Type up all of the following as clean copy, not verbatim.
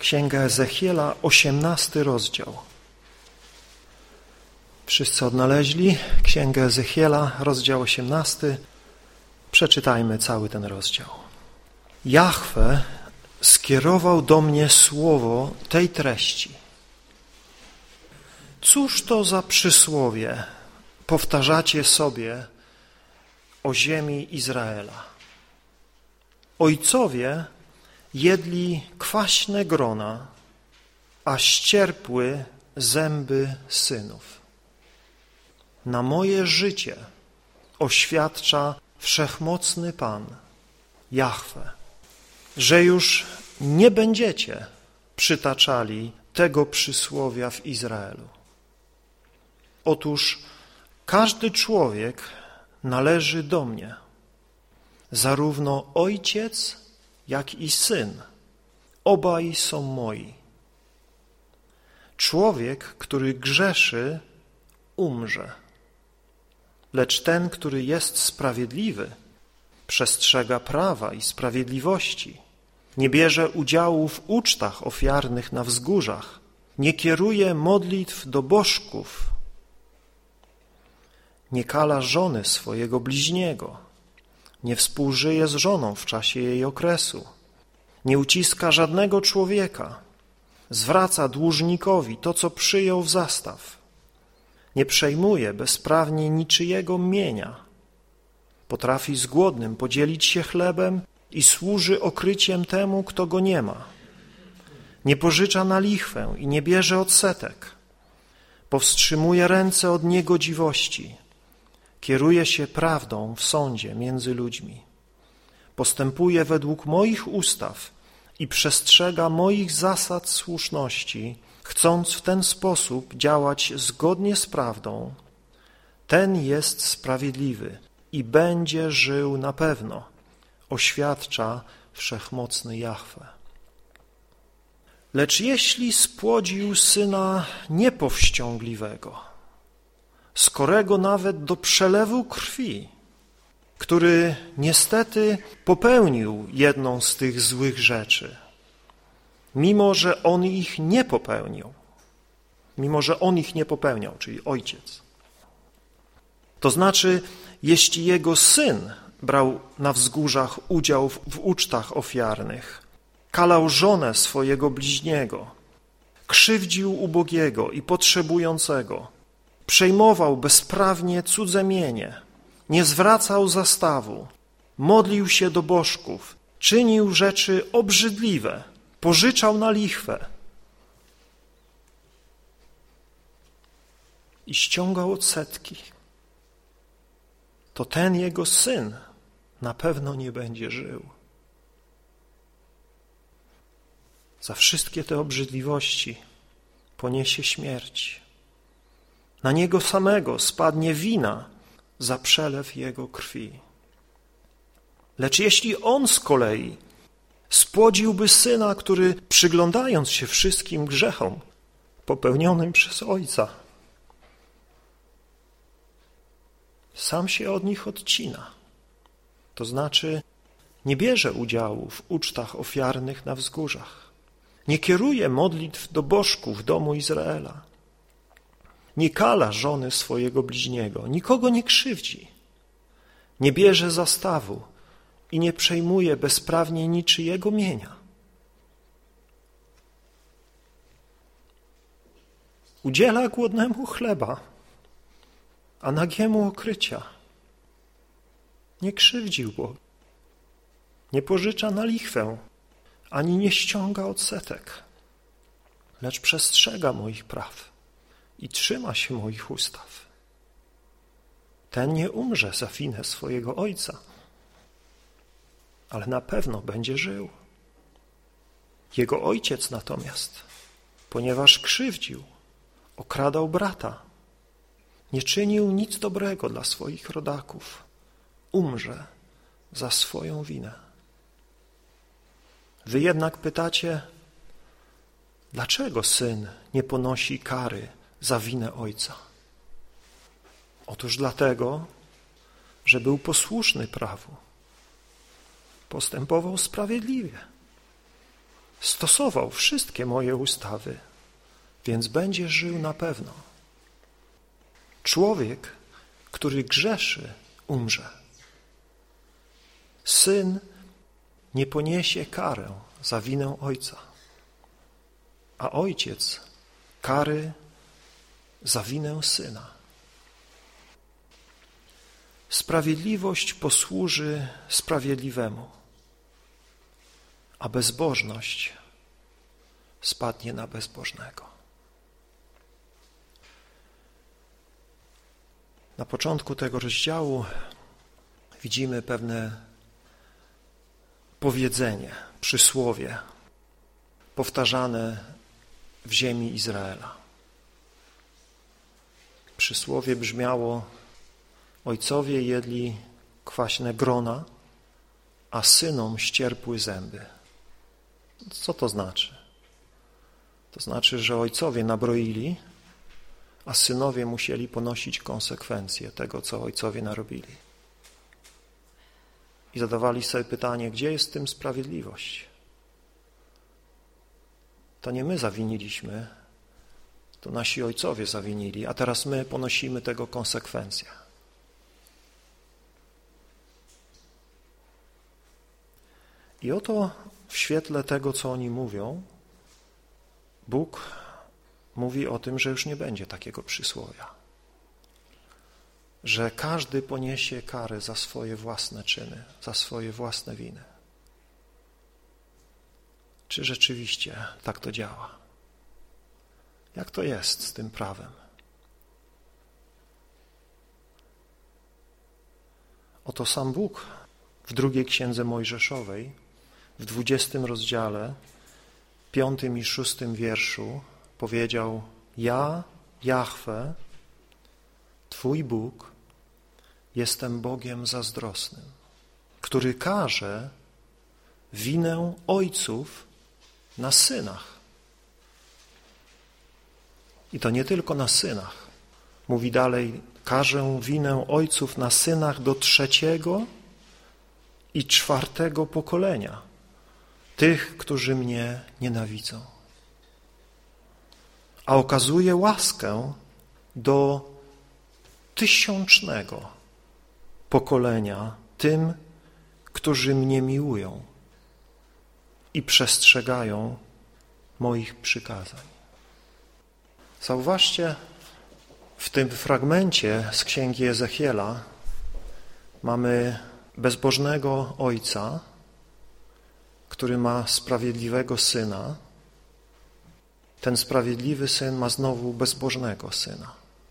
Księga Ezechiela, 18 rozdział. Wszyscy odnaleźli Księgę Ezechiela, rozdział 18. Przeczytajmy cały ten rozdział. Jahwe skierował do mnie słowo tej treści. Cóż to za przysłowie powtarzacie sobie o ziemi Izraela? Ojcowie jedli kwaśne grona, a ścierpły zęby synów. Na moje życie oświadcza wszechmocny Pan, Jahwe, że już nie będziecie przytaczali tego przysłowia w Izraelu. Otóż każdy człowiek należy do mnie, zarówno ojciec, jak i syn. Obaj są moi. Człowiek, który grzeszy, umrze. Lecz ten, który jest sprawiedliwy, przestrzega prawa i sprawiedliwości, nie bierze udziału w ucztach ofiarnych na wzgórzach, nie kieruje modlitw do bożków, nie kala żony swojego bliźniego, nie współżyje z żoną w czasie jej okresu, nie uciska żadnego człowieka, zwraca dłużnikowi to, co przyjął w zastaw, nie przejmuje bezprawnie niczyjego mienia, potrafi z głodnym podzielić się chlebem i służy okryciem temu, kto go nie ma, nie pożycza na lichwę i nie bierze odsetek, powstrzymuje ręce od niegodziwości, kieruje się prawdą w sądzie między ludźmi, postępuje według moich ustaw i przestrzega moich zasad słuszności, chcąc w ten sposób działać zgodnie z prawdą, ten jest sprawiedliwy i będzie żył na pewno, oświadcza wszechmocny Jahwe. Lecz jeśli spłodził syna niepowściągliwego, skorego nawet do przelewu krwi, który niestety popełnił jedną z tych złych rzeczy, mimo że on ich nie popełniał, czyli ojciec. To znaczy, jeśli jego syn brał na wzgórzach udział w ucztach ofiarnych, kalał żonę swojego bliźniego, krzywdził ubogiego i potrzebującego, przejmował bezprawnie cudze mienie, nie zwracał zastawu, modlił się do bożków, czynił rzeczy obrzydliwe, pożyczał na lichwę i ściągał odsetki, to ten jego syn na pewno nie będzie żył. Za wszystkie te obrzydliwości poniesie śmierć. Na niego samego spadnie wina za przelew jego krwi. Lecz jeśli on z kolei spłodziłby syna, który przyglądając się wszystkim grzechom popełnionym przez ojca, sam się od nich odcina, to znaczy nie bierze udziału w ucztach ofiarnych na wzgórzach, nie kieruje modlitw do bożków w domu Izraela, nie kala żony swojego bliźniego, nikogo nie krzywdzi, nie bierze zastawu i nie przejmuje bezprawnie niczyjego mienia. Udziela głodnemu chleba, a nagiemu okrycia. Nie krzywdził go, nie pożycza na lichwę, ani nie ściąga odsetek, lecz przestrzega moich praw i trzyma się moich ustaw. Ten nie umrze za winę swojego ojca, ale na pewno będzie żył. Jego ojciec natomiast, ponieważ krzywdził, okradał brata, nie czynił nic dobrego dla swoich rodaków, umrze za swoją winę. Wy jednak pytacie, dlaczego syn nie ponosi kary za winę ojca? Otóż dlatego, że był posłuszny prawu, postępował sprawiedliwie, stosował wszystkie moje ustawy, więc będzie żył na pewno. Człowiek, który grzeszy, umrze. Syn nie poniesie karę za winę ojca, a ojciec kary za winę syna. Sprawiedliwość posłuży sprawiedliwemu, a bezbożność spadnie na bezbożnego. Na początku tego rozdziału widzimy pewne powiedzenie, przysłowie powtarzane w ziemi Izraela. Przysłowie brzmiało: ojcowie jedli kwaśne grona, a synom ścierpły zęby. Co to znaczy? To znaczy, że ojcowie nabroili, a synowie musieli ponosić konsekwencje tego, co ojcowie narobili. I zadawali sobie pytanie, gdzie jest w tym sprawiedliwość? To nie my zawiniliśmy, to nasi ojcowie zawinili, a teraz my ponosimy tego konsekwencje. I oto w świetle tego, co oni mówią, Bóg mówi o tym, że już nie będzie takiego przysłowia. Że każdy poniesie karę za swoje własne czyny, za swoje własne winy. Czy rzeczywiście tak to działa? Jak to jest z tym prawem? Oto sam Bóg w 2 Księdze Mojżeszowej, w 20 rozdziale, 5 i 6 wierszu powiedział: ja, Jahwe, Twój Bóg, jestem Bogiem zazdrosnym, który karze winę ojców na synach. I to nie tylko na synach. Mówi dalej: karzę winę ojców na synach do 3. i 4. pokolenia, tych, którzy mnie nienawidzą. A okazuje łaskę do 1000. pokolenia tym, którzy mnie miłują i przestrzegają moich przykazań. Zauważcie, w tym fragmencie z Księgi Ezechiela mamy bezbożnego ojca, który ma sprawiedliwego syna. Ten sprawiedliwy syn ma znowu bezbożnego syna.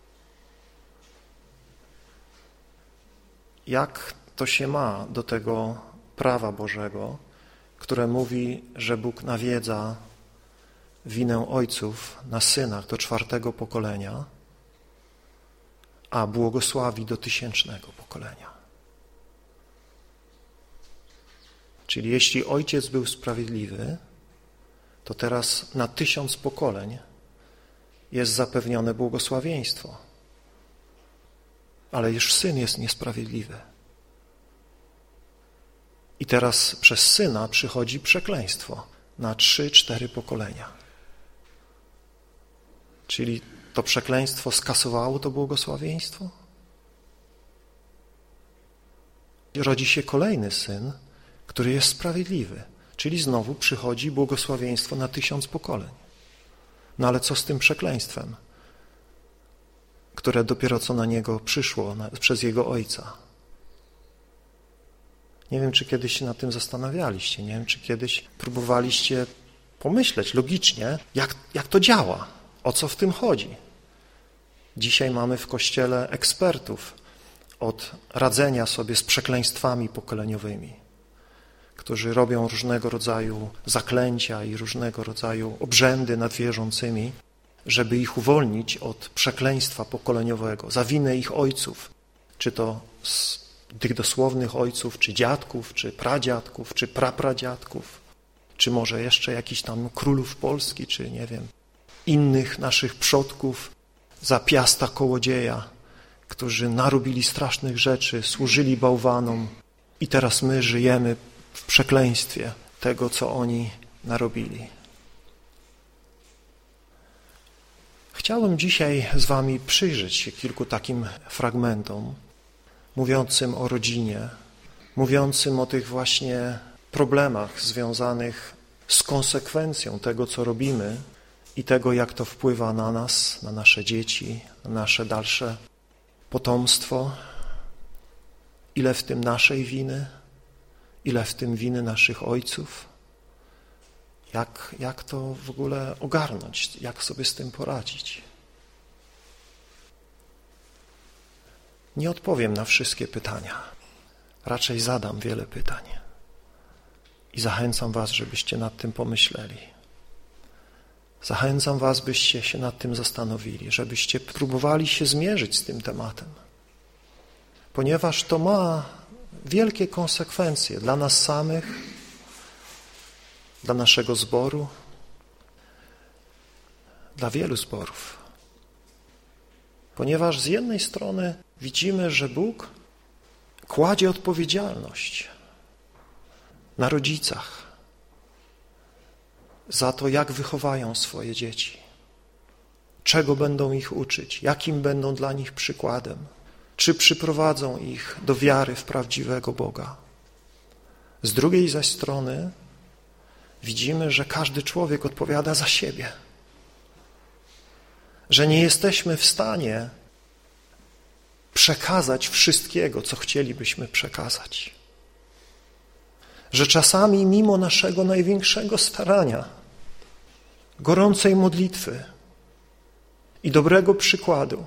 Jak to się ma do tego prawa Bożego, które mówi, że Bóg nawiedza winę ojców na synach do 4. pokolenia, a błogosławi do 1000. pokolenia? Czyli jeśli ojciec był sprawiedliwy, to teraz na 1000 pokoleń jest zapewnione błogosławieństwo. Ale już syn jest niesprawiedliwy. I teraz przez syna przychodzi przekleństwo na 3-4 pokolenia. Czyli to przekleństwo skasowało to błogosławieństwo? Rodzi się kolejny syn, który jest sprawiedliwy, czyli znowu przychodzi błogosławieństwo na 1000 pokoleń. No ale co z tym przekleństwem, które dopiero co na niego przyszło przez jego ojca? Nie wiem, czy kiedyś się nad tym zastanawialiście, nie wiem, czy kiedyś próbowaliście pomyśleć logicznie, jak to działa, o co w tym chodzi. Dzisiaj mamy w Kościele ekspertów od radzenia sobie z przekleństwami pokoleniowymi, którzy robią różnego rodzaju zaklęcia i różnego rodzaju obrzędy nad wierzącymi, żeby ich uwolnić od przekleństwa pokoleniowego, za winę ich ojców, czy to z tych dosłownych ojców, czy dziadków, czy pradziadków, czy prapradziadków, czy może jeszcze jakichś tam królów Polski, czy nie wiem, innych naszych przodków za Piasta Kołodzieja, którzy narobili strasznych rzeczy, służyli bałwanom i teraz my żyjemy w przekleństwie tego, co oni narobili. Chciałbym dzisiaj z wami przyjrzeć się kilku takim fragmentom mówiącym o rodzinie, mówiącym o tych właśnie problemach związanych z konsekwencją tego, co robimy i tego, jak to wpływa na nas, na nasze dzieci, na nasze dalsze potomstwo. Ile w tym naszej winy, ile w tym winy naszych ojców. Jak to w ogóle ogarnąć, jak sobie z tym poradzić. Nie odpowiem na wszystkie pytania. Raczej zadam wiele pytań. I zachęcam was, żebyście nad tym pomyśleli. Zachęcam was, byście się nad tym zastanowili, żebyście próbowali się zmierzyć z tym tematem. Ponieważ to ma wielkie konsekwencje dla nas samych, dla naszego zboru, dla wielu zborów. Ponieważ z jednej strony widzimy, że Bóg kładzie odpowiedzialność na rodzicach za to, jak wychowają swoje dzieci, czego będą ich uczyć, jakim będą dla nich przykładem, czy przyprowadzą ich do wiary w prawdziwego Boga. Z drugiej zaś strony widzimy, że każdy człowiek odpowiada za siebie, że nie jesteśmy w stanie przekazać wszystkiego, co chcielibyśmy przekazać. Że czasami mimo naszego największego starania, gorącej modlitwy i dobrego przykładu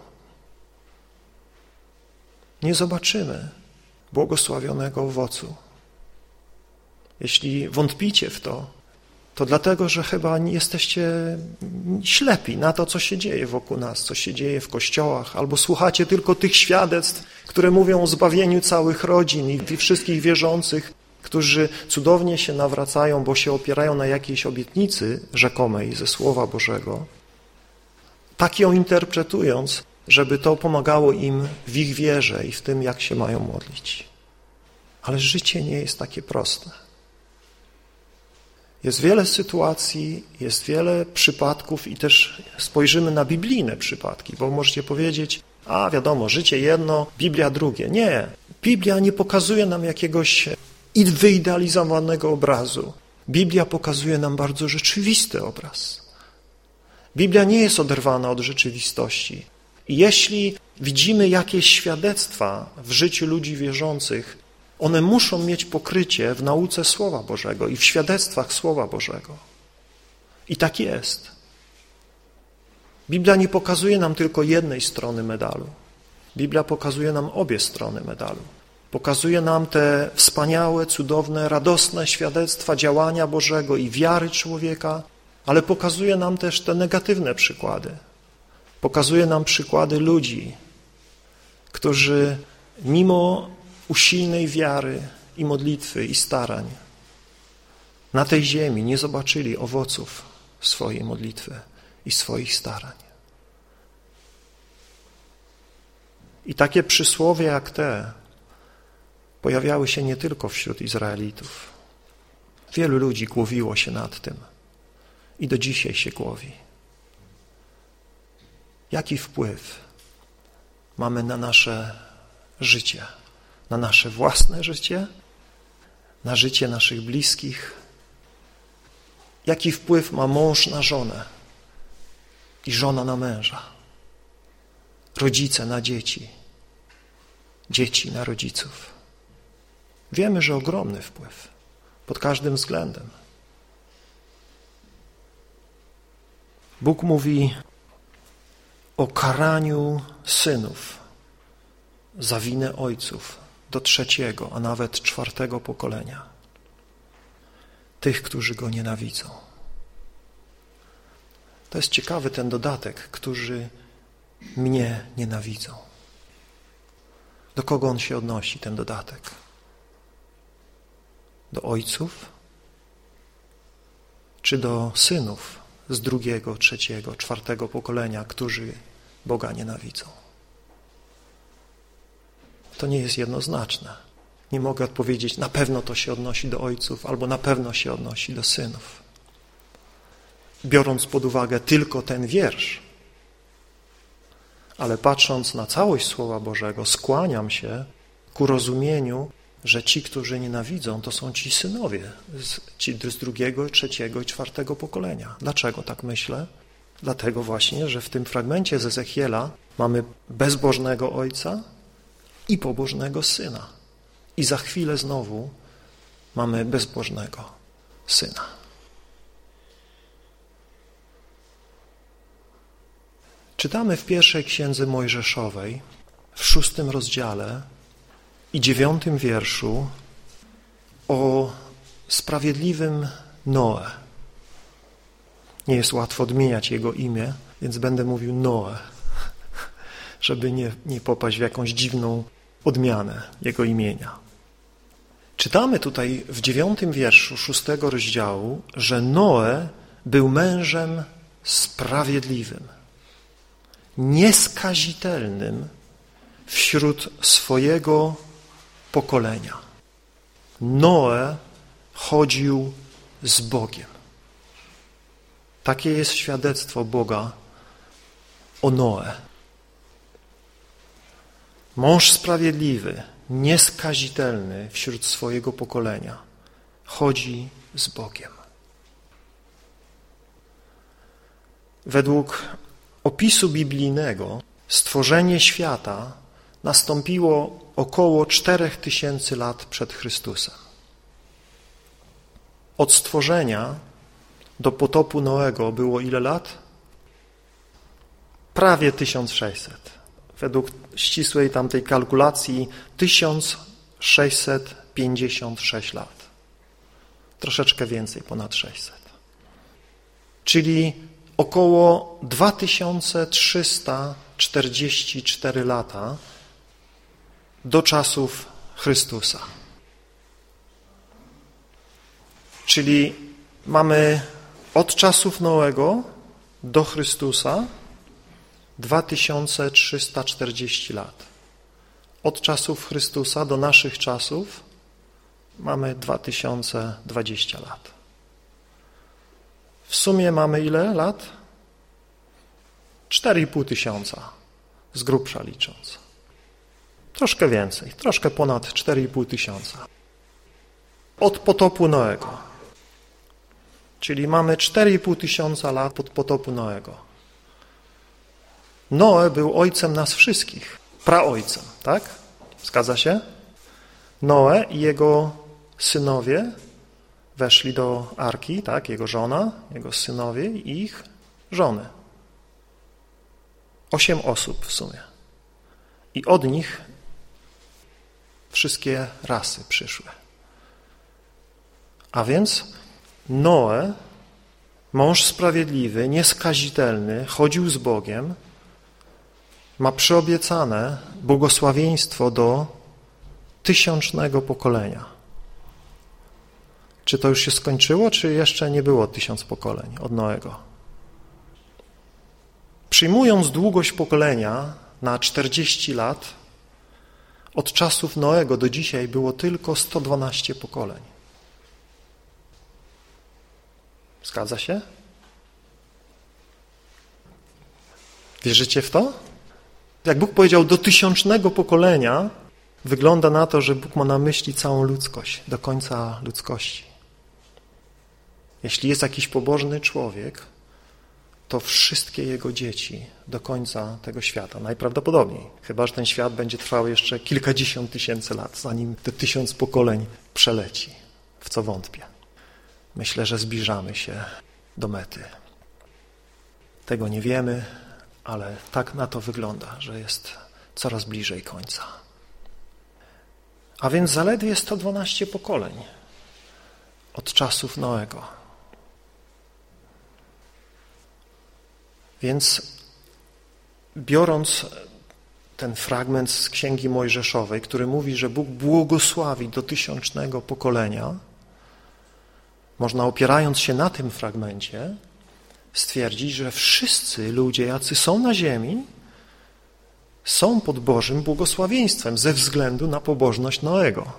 nie zobaczymy błogosławionego owocu. Jeśli wątpicie w to, to dlatego, że chyba nie jesteście ślepi na to, co się dzieje wokół nas, co się dzieje w kościołach, albo słuchacie tylko tych świadectw, które mówią o zbawieniu całych rodzin i wszystkich wierzących, którzy cudownie się nawracają, bo się opierają na jakiejś obietnicy rzekomej ze Słowa Bożego, tak ją interpretując, żeby to pomagało im w ich wierze i w tym, jak się mają modlić. Ale życie nie jest takie proste. Jest wiele sytuacji, jest wiele przypadków i też spojrzymy na biblijne przypadki, bo możecie powiedzieć, wiadomo, życie jedno, Biblia drugie. Nie, Biblia nie pokazuje nam jakiegoś wyidealizowanego obrazu. Biblia pokazuje nam bardzo rzeczywisty obraz. Biblia nie jest oderwana od rzeczywistości. I jeśli widzimy jakieś świadectwa w życiu ludzi wierzących, one muszą mieć pokrycie w nauce Słowa Bożego i w świadectwach Słowa Bożego. I tak jest. Biblia nie pokazuje nam tylko jednej strony medalu. Biblia pokazuje nam obie strony medalu. Pokazuje nam te wspaniałe, cudowne, radosne świadectwa działania Bożego i wiary człowieka, ale pokazuje nam też te negatywne przykłady. Pokazuje nam przykłady ludzi, którzy mimo usilnej wiary i modlitwy i starań na tej ziemi nie zobaczyli owoców swojej modlitwy i swoich starań. I takie przysłowie jak te pojawiały się nie tylko wśród Izraelitów. Wielu ludzi głowiło się nad tym i do dzisiaj się głowi. Jaki wpływ mamy na nasze życie? Na nasze własne życie? Na życie naszych bliskich? Jaki wpływ ma mąż na żonę i żona na męża? Rodzice na dzieci, dzieci na rodziców. Wiemy, że ogromny wpływ pod każdym względem. Bóg mówi o karaniu synów za winę ojców do 3., a nawet 4. pokolenia. Tych, którzy go nienawidzą. To jest ciekawy ten dodatek, którzy mnie nienawidzą. Do kogo on się odnosi, ten dodatek? Do ojców? Czy do synów z 2., 3., 4. pokolenia, którzy Boga nienawidzą? To nie jest jednoznaczne. Nie mogę odpowiedzieć, na pewno to się odnosi do ojców, albo na pewno się odnosi do synów. Biorąc pod uwagę tylko ten wiersz, ale patrząc na całość Słowa Bożego, skłaniam się ku rozumieniu, że ci, którzy nienawidzą, to są ci synowie, ci z drugiego, trzeciego i czwartego pokolenia. Dlaczego tak myślę? Dlatego właśnie, że w tym fragmencie z Ezechiela mamy bezbożnego ojca i pobożnego syna. I za chwilę znowu mamy bezbożnego syna. Czytamy w pierwszej księdze Mojżeszowej, w 6 rozdziale i 9 wierszu o sprawiedliwym Noe. Nie jest łatwo odmieniać jego imię, więc będę mówił Noe, żeby nie popaść w jakąś dziwną odmianę jego imienia. Czytamy tutaj w 9 wierszu 6 rozdziału, że Noe był mężem sprawiedliwym, nieskazitelnym wśród swojego pokolenia. Noe chodził z Bogiem. Takie jest świadectwo Boga o Noe. Mąż sprawiedliwy, nieskazitelny wśród swojego pokolenia, chodzi z Bogiem. Według opisu biblijnego stworzenie świata nastąpiło około 4000 lat przed Chrystusem. Od stworzenia do potopu Noego było ile lat? Prawie 1600. Według ścisłej tamtej kalkulacji 1656 lat. Troszeczkę więcej, ponad 600. Czyli około 2344 lata do czasów Chrystusa. Czyli mamy od czasów Noego do Chrystusa 2340 lat. Od czasów Chrystusa do naszych czasów mamy 2020 lat. W sumie mamy ile lat? 4,5 tysiąca, z grubsza licząc. Troszkę więcej, troszkę ponad 4,5 tysiąca. Od potopu Noego. Czyli mamy 4,5 tysiąca lat od potopu Noego. Noe był ojcem nas wszystkich, praojcem, tak? Zgadza się? Noe i jego synowie weszli do arki, tak? Jego żona, jego synowie i ich żony. 8 osób w sumie. I od nich wszystkie rasy przyszły. A więc Noe, mąż sprawiedliwy, nieskazitelny, chodził z Bogiem, ma przyobiecane błogosławieństwo do 1000 pokolenia. Czy to już się skończyło, czy jeszcze nie było 1000 pokoleń od Noego? Przyjmując długość pokolenia na 40 lat, od czasów Noego do dzisiaj było tylko 112 pokoleń. Zgadza się? Wierzycie w to? Jak Bóg powiedział do 1000 pokolenia, wygląda na to, że Bóg ma na myśli całą ludzkość, do końca ludzkości. Jeśli jest jakiś pobożny człowiek, to wszystkie jego dzieci do końca tego świata, najprawdopodobniej. Chyba że ten świat będzie trwał jeszcze kilkadziesiąt tysięcy lat, zanim te 1000 pokoleń przeleci, w co wątpię. Myślę, że zbliżamy się do mety. Tego nie wiemy, ale tak na to wygląda, że jest coraz bliżej końca. A więc zaledwie 112 pokoleń od czasów Noego. Więc biorąc ten fragment z Księgi Mojżeszowej, który mówi, że Bóg błogosławi do 1000 pokolenia, można opierając się na tym fragmencie stwierdzić, że wszyscy ludzie, jacy są na ziemi, są pod Bożym błogosławieństwem ze względu na pobożność Noego.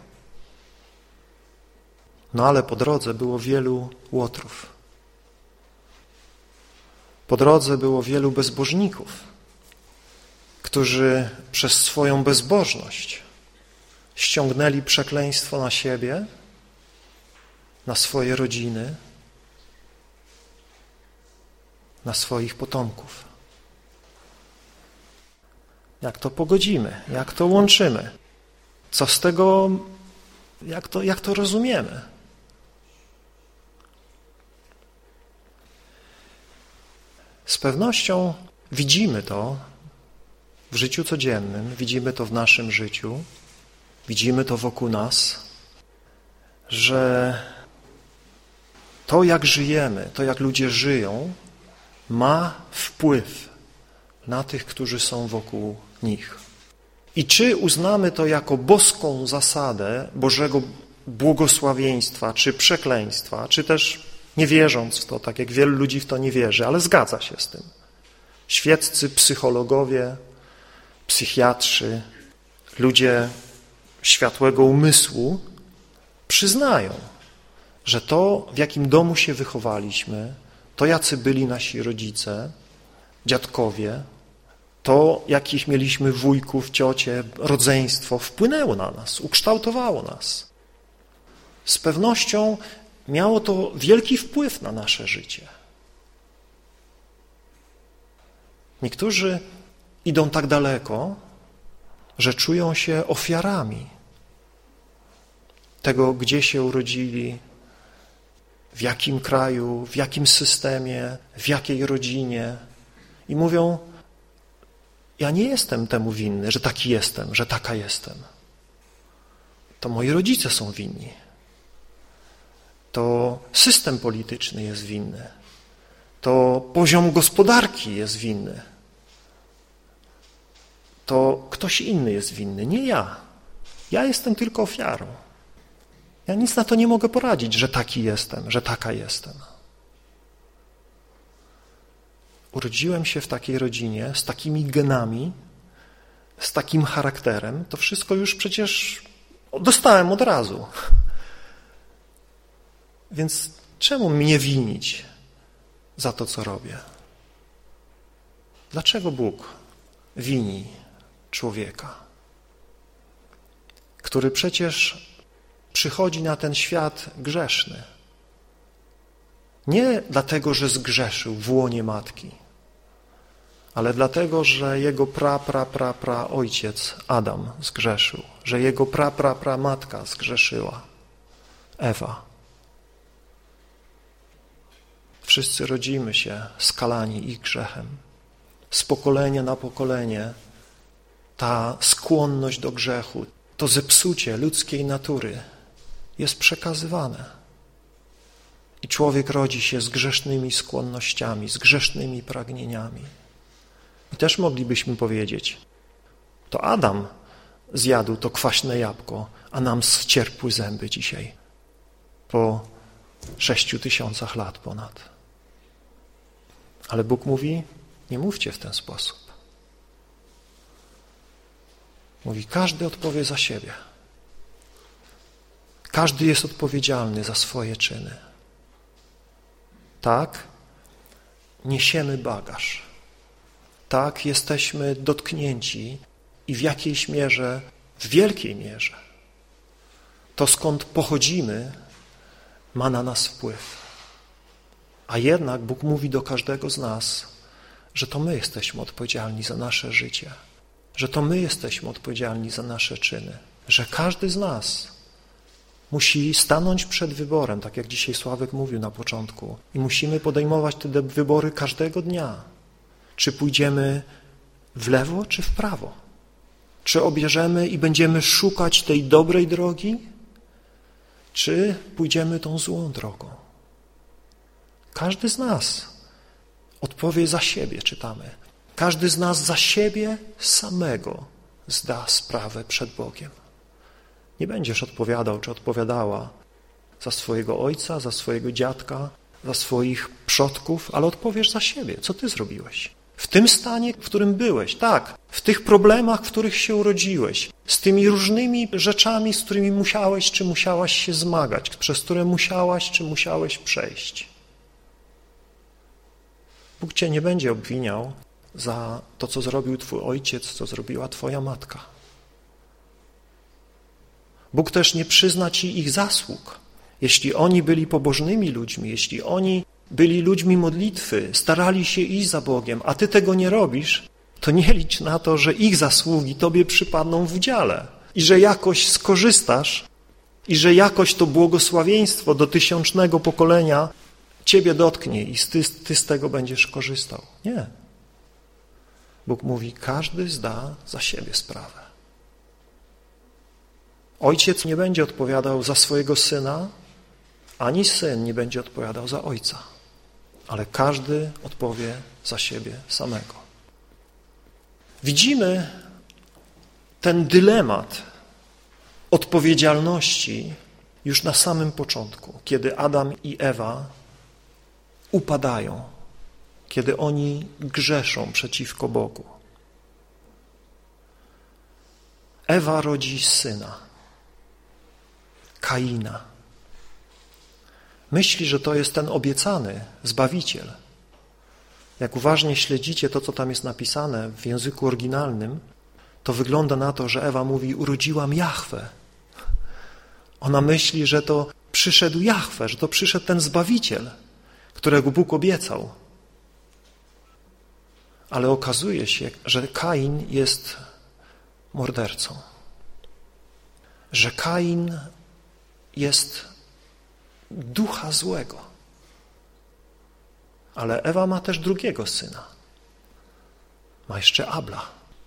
No ale po drodze było wielu łotrów. Po drodze było wielu bezbożników. którzy przez swoją bezbożność ściągnęli przekleństwo na siebie, na swoje rodziny, na swoich potomków. Jak to pogodzimy? Jak to łączymy? Co z tego, jak to rozumiemy? Z pewnością widzimy to w życiu codziennym, widzimy to w naszym życiu, widzimy to wokół nas, że to, jak żyjemy, to, jak ludzie żyją, ma wpływ na tych, którzy są wokół nich. I czy uznamy to jako boską zasadę Bożego błogosławieństwa, czy przekleństwa, czy też nie wierząc w to, tak jak wielu ludzi w to nie wierzy, ale zgadza się z tym. Świeccy psychologowie, psychiatrzy, ludzie światłego umysłu przyznają, że to, w jakim domu się wychowaliśmy, to, jacy byli nasi rodzice, dziadkowie, to, jakich mieliśmy wujków, ciocie, rodzeństwo, wpłynęło na nas, ukształtowało nas. Z pewnością miało to wielki wpływ na nasze życie. Niektórzy idą tak daleko, że czują się ofiarami tego, gdzie się urodzili, w jakim kraju, w jakim systemie, w jakiej rodzinie. I mówią, ja nie jestem temu winny, że taki jestem, że taka jestem. To moi rodzice są winni. To system polityczny jest winny. To poziom gospodarki jest winny. To ktoś inny jest winny, nie ja. Ja jestem tylko ofiarą. Ja nic na to nie mogę poradzić, że taki jestem, że taka jestem. Urodziłem się w takiej rodzinie, z takimi genami, z takim charakterem. To wszystko już przecież dostałem od razu. Więc czemu mnie winić za to, co robię? Dlaczego Bóg wini człowieka, który przecież przychodzi na ten świat grzeszny? Nie dlatego, że zgrzeszył w łonie matki, ale dlatego, że jego ojciec Adam zgrzeszył, że jego matka zgrzeszyła, Ewa. Wszyscy rodzimy się skalani ich grzechem. Z pokolenia na pokolenie ta skłonność do grzechu, to zepsucie ludzkiej natury jest przekazywane. I człowiek rodzi się z grzesznymi skłonnościami, z grzesznymi pragnieniami. I też moglibyśmy powiedzieć, to Adam zjadł to kwaśne jabłko, a nam ścierpły zęby dzisiaj, po 6000 lat ponad. Ale Bóg mówi, nie mówcie w ten sposób. Mówi, każdy odpowie za siebie. Każdy jest odpowiedzialny za swoje czyny. Tak, niesiemy bagaż. Tak, jesteśmy dotknięci i w jakiejś mierze, w wielkiej mierze, to skąd pochodzimy, ma na nas wpływ. A jednak Bóg mówi do każdego z nas, że to my jesteśmy odpowiedzialni za nasze życie, że to my jesteśmy odpowiedzialni za nasze czyny, że każdy z nas musi stanąć przed wyborem, tak jak dzisiaj Sławek mówił na początku, i musimy podejmować te wybory każdego dnia. Czy pójdziemy w lewo, czy w prawo? Czy obierzemy i będziemy szukać tej dobrej drogi, czy pójdziemy tą złą drogą? Każdy z nas odpowie za siebie, czytamy. Każdy z nas za siebie samego zda sprawę przed Bogiem. Nie będziesz odpowiadał czy odpowiadała za swojego ojca, za swojego dziadka, za swoich przodków, ale odpowiesz za siebie. Co ty zrobiłeś? W tym stanie, w którym byłeś, tak, w tych problemach, w których się urodziłeś, z tymi różnymi rzeczami, z którymi musiałeś czy musiałaś się zmagać, przez które musiałaś czy musiałeś przejść. Bóg cię nie będzie obwiniał, za to, co zrobił twój ojciec, co zrobiła twoja matka. Bóg też nie przyzna ci ich zasług. Jeśli oni byli pobożnymi ludźmi, jeśli oni byli ludźmi modlitwy, starali się iść za Bogiem, a ty tego nie robisz, to nie licz na to, że ich zasługi tobie przypadną w udziale i że jakoś skorzystasz i że jakoś to błogosławieństwo do 1000 pokolenia ciebie dotknie i ty z tego będziesz korzystał. Nie. Bóg mówi, każdy zda za siebie sprawę. Ojciec nie będzie odpowiadał za swojego syna, ani syn nie będzie odpowiadał za ojca, ale każdy odpowie za siebie samego. Widzimy ten dylemat odpowiedzialności już na samym początku, kiedy Adam i Ewa upadają, kiedy oni grzeszą przeciwko Bogu. Ewa rodzi syna, Kaina. Myśli, że to jest ten obiecany Zbawiciel. Jak uważnie śledzicie to, co tam jest napisane w języku oryginalnym, to wygląda na to, że Ewa mówi, urodziłam Jahwe. Ona myśli, że to przyszedł Jahwe, że to przyszedł ten Zbawiciel, którego Bóg obiecał. Ale okazuje się, że Kain jest mordercą. Że Kain jest ducha złego. Ale Ewa ma też drugiego syna. Ma jeszcze Abla,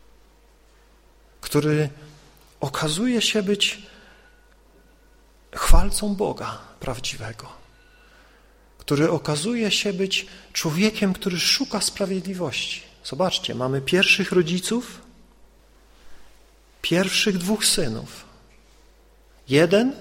który okazuje się być chwalcą Boga prawdziwego, który okazuje się być człowiekiem, który szuka sprawiedliwości. Zobaczcie, mamy pierwszych rodziców, pierwszych 2 synów. Jeden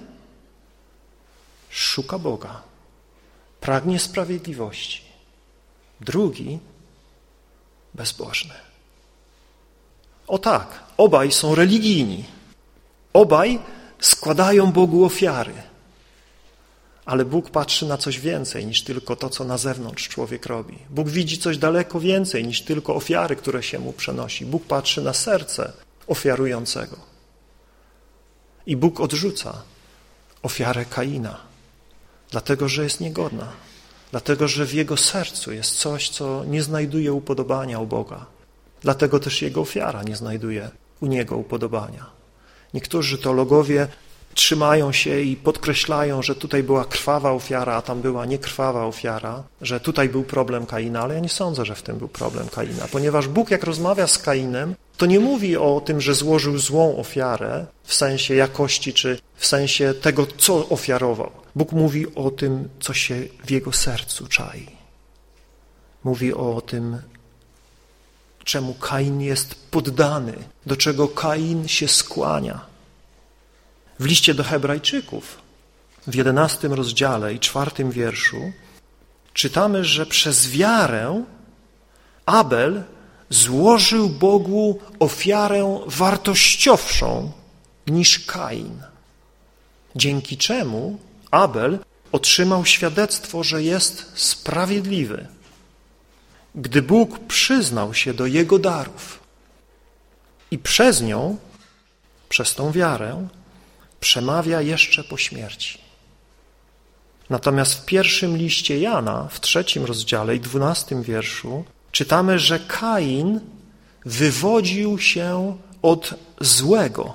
szuka Boga, pragnie sprawiedliwości. Drugi bezbożny. O tak, obaj są religijni. Obaj składają Bogu ofiary. Ale Bóg patrzy na coś więcej niż tylko to, co na zewnątrz człowiek robi. Bóg widzi coś daleko więcej niż tylko ofiary, które się mu przenosi. Bóg patrzy na serce ofiarującego. I Bóg odrzuca ofiarę Kaina, dlatego że jest niegodna, dlatego że w jego sercu jest coś, co nie znajduje upodobania u Boga. Dlatego też jego ofiara nie znajduje u niego upodobania. Niektórzy teologowie trzymają się i podkreślają, że tutaj była krwawa ofiara, a tam była niekrwawa ofiara, że tutaj był problem Kaina, ale ja nie sądzę, że w tym był problem Kaina, ponieważ Bóg, jak rozmawia z Kainem, to nie mówi o tym, że złożył złą ofiarę w sensie jakości, czy w sensie tego, co ofiarował. Bóg mówi o tym, co się w jego sercu czai. Mówi o tym, czemu Kain jest poddany, do czego Kain się skłania. W liście do Hebrajczyków w 11 rozdziale i 4 wierszu czytamy, że przez wiarę Abel złożył Bogu ofiarę wartościowszą niż Kain, dzięki czemu Abel otrzymał świadectwo, że jest sprawiedliwy, gdy Bóg przyznał się do jego darów i przez nią, przez tą wiarę, przemawia jeszcze po śmierci. Natomiast w pierwszym liście Jana, w 3 rozdziale i 12 wierszu, czytamy, że Kain wywodził się od złego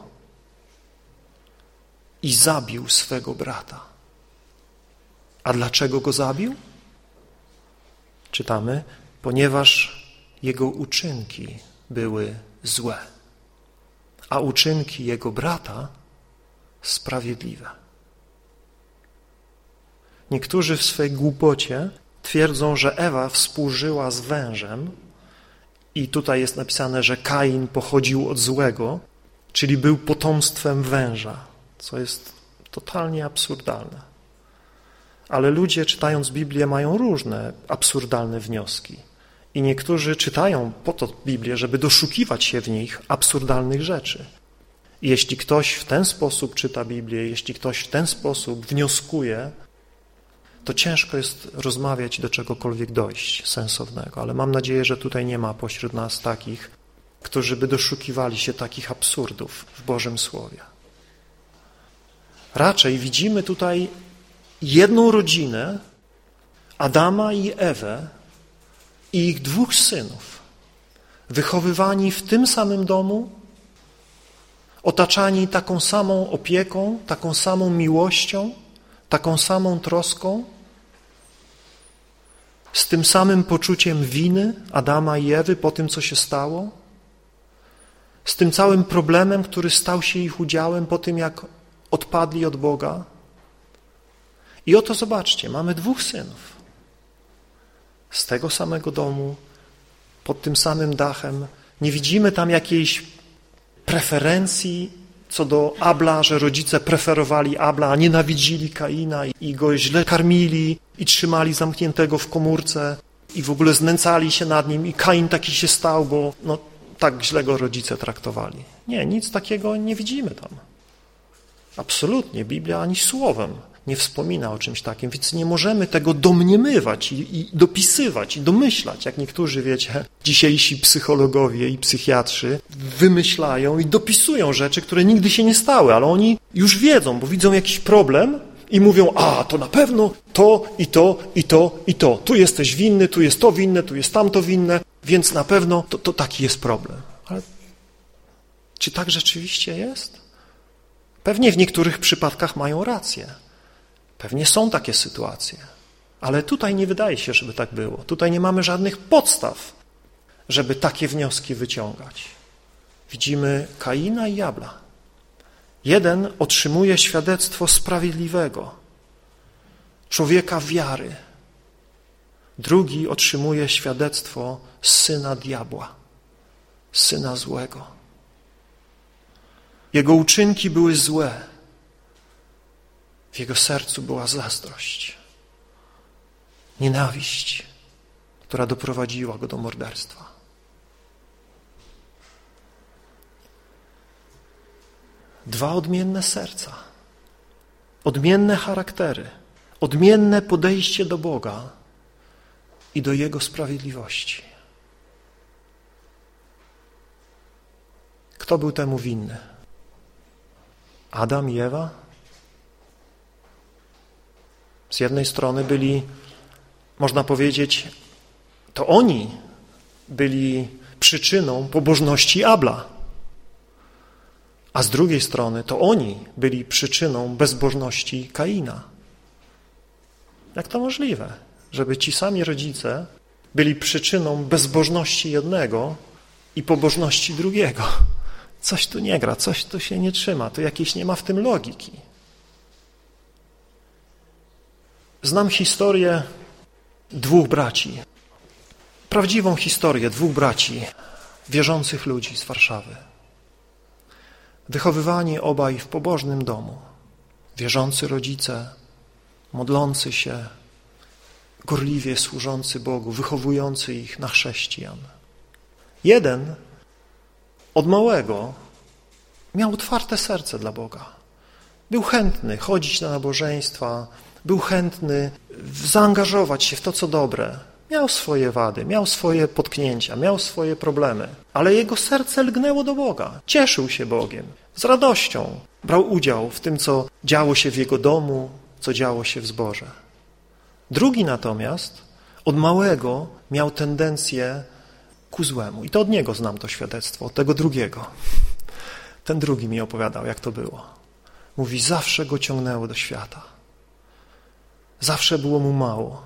i zabił swego brata. A dlaczego go zabił? Czytamy, ponieważ jego uczynki były złe, a uczynki jego brata sprawiedliwe. Niektórzy w swej głupocie twierdzą, że Ewa współżyła z wężem i tutaj jest napisane, że Kain pochodził od złego, czyli był potomstwem węża, co jest totalnie absurdalne. Ale ludzie, czytając Biblię, mają różne absurdalne wnioski. I niektórzy czytają po to Biblię, żeby doszukiwać się w nich absurdalnych rzeczy. I jeśli ktoś w ten sposób czyta Biblię, jeśli ktoś w ten sposób wnioskuje, to ciężko jest rozmawiać, do czegokolwiek dojść sensownego, ale mam nadzieję, że tutaj nie ma pośród nas takich, którzy by doszukiwali się takich absurdów w Bożym Słowie. Raczej widzimy tutaj jedną rodzinę, Adama i Ewę i ich 2 synów, wychowywani w tym samym domu, otaczani taką samą opieką, taką samą miłością, taką samą troską, z tym samym poczuciem winy Adama i Ewy po tym, co się stało, z tym całym problemem, który stał się ich udziałem po tym, jak odpadli od Boga. I oto zobaczcie, mamy 2 synów z tego samego domu, pod tym samym dachem. Nie widzimy tam jakiejś preferencji co do Abla, że rodzice preferowali Abla, a nienawidzili Kaina i go źle karmili i trzymali zamkniętego w komórce i w ogóle znęcali się nad nim i Kain taki się stał, bo tak źle go rodzice traktowali. Nie, nic takiego nie widzimy tam. Absolutnie, Biblia ani słowem nie wspomina o czymś takim, więc nie możemy tego domniemywać i dopisywać i domyślać, jak niektórzy, wiecie, dzisiejsi psychologowie i psychiatrzy wymyślają i dopisują rzeczy, które nigdy się nie stały, ale oni już wiedzą, bo widzą jakiś problem i mówią, to na pewno to i to i to i to. Tu jesteś winny, tu jest to winne, tu jest tamto winne, więc na pewno to taki jest problem. Ale czy tak rzeczywiście jest? Pewnie w niektórych przypadkach mają rację. Pewnie są takie sytuacje, ale tutaj nie wydaje się, żeby tak było. Tutaj nie mamy żadnych podstaw, żeby takie wnioski wyciągać. Widzimy Kaina i Abla. Jeden otrzymuje świadectwo sprawiedliwego, człowieka wiary. Drugi otrzymuje świadectwo syna diabła, syna złego. Jego uczynki były złe. W jego sercu była zazdrość, nienawiść, która doprowadziła go do morderstwa. Dwa odmienne serca, odmienne charaktery, odmienne podejście do Boga i do Jego sprawiedliwości. Kto był temu winny? Adam i Ewa? Z jednej strony byli, można powiedzieć, to oni byli przyczyną pobożności Abla, a z drugiej strony to oni byli przyczyną bezbożności Kaina. Jak to możliwe, żeby ci sami rodzice byli przyczyną bezbożności jednego i pobożności drugiego? Coś tu nie gra, coś tu się nie trzyma, tu jakiejś nie ma w tym logiki. Znam historię 2 braci, prawdziwą historię 2 braci, wierzących ludzi z Warszawy. Wychowywani obaj w pobożnym domu, wierzący rodzice, modlący się, gorliwie służący Bogu, wychowujący ich na chrześcijan. Jeden od małego miał otwarte serce dla Boga. Był chętny chodzić na nabożeństwa, był chętny zaangażować się w to, co dobre. Miał swoje wady, miał swoje potknięcia, miał swoje problemy, ale jego serce lgnęło do Boga. Cieszył się Bogiem. Z radością brał udział w tym, co działo się w jego domu, co działo się w zborze. Drugi natomiast od małego miał tendencję ku złemu. I to od niego znam to świadectwo, od tego drugiego. Ten drugi mi opowiadał, jak to było. Mówi, zawsze go ciągnęło do świata. Zawsze było mu mało.